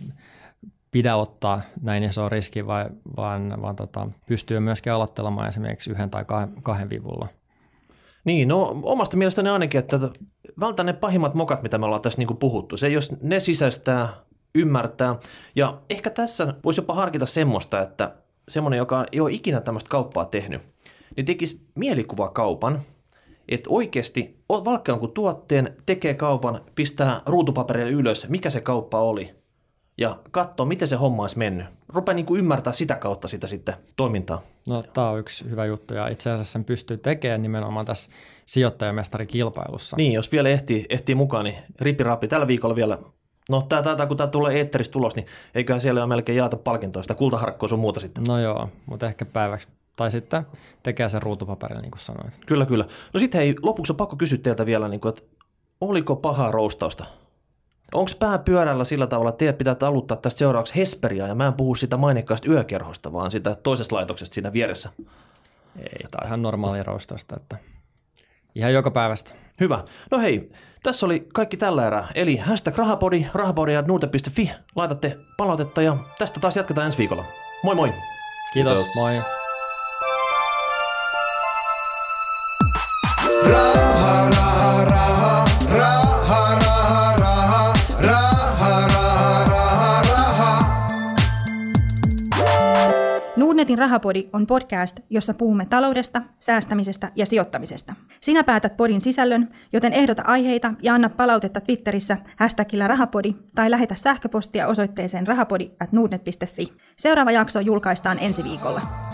pidä ottaa näin isoa riskiä, vaan, vaan tota, pystyy myöskin aloittelemaan esimerkiksi yhden tai kahden, kahden vivulla. Niin, no omasta mielestäni ainakin, että vältä ne pahimmat mokat, mitä me ollaan tässä niin kuin puhuttu. Se, jos ne sisäistää, ymmärtää. Ja ehkä tässä voisi jopa harkita semmoista, että semmoinen, joka ei ole ikinä tämmöistä kauppaa tehnyt, niin tekisi mielikuvakaupan, että oikeasti valkkaa jonkun tuotteen, tekee kaupan, pistää ruutupaperille ylös, mikä se kauppa oli, ja katsoo, miten se homma olisi mennyt. Rupea niin kuin ymmärtää sitä kautta sitä sitten toimintaa. No tämä on yksi hyvä juttu, ja itse asiassa sen pystyy tekemään nimenomaan tässä sijoittajamestarikilpailussa. Niin, jos vielä ehtii, ehtii mukaan, niin ripirapi tällä viikolla vielä. No tää taitaa, kun tämä tulee eetteristä tulos, niin eiköhän siellä ole melkein jaeta palkintoa, sitä kultaharkkoa sun muuta sitten. No joo, mutta ehkä päiväksi. Tai sitten tekee sen ruutupaperilla, niin kuin sanoit. Kyllä, kyllä. No sitten hei, lopuksi on pakko kysyä teiltä vielä, niin kuin, että oliko pahaa roustausta? Onko pää pyörällä sillä tavalla, että teidän pitää taluttaa tästä seuraavaksi Hesperiaa, ja mä en puhu sitä mainekkaasta yökerhosta, vaan sitä toisesta laitoksesta siinä vieressä? Ei, tämä on ihan normaalia roustausta, että ihan joka päivästä. Hyvä. No hei, tässä oli kaikki tällä erää. Eli hashtag rahapodi, rahapodi ja nuute piste fi. Laitatte palautetta ja tästä taas jatketaan ensi viikolla. Moi moi! Kiitos, Kiitos. moi! Raha, raha, raha, raha, raha, raha, raha, raha, raha, raha. Nordnetin Rahapodi on podcast, jossa puhumme taloudesta, säästämisestä ja sijoittamisesta. Sinä päätät podin sisällön, joten ehdota aiheita ja anna palautetta Twitterissä hashtagillä rahapodi tai lähetä sähköpostia osoitteeseen rahapodi at nordnet piste fi. Seuraava jakso julkaistaan ensi viikolla.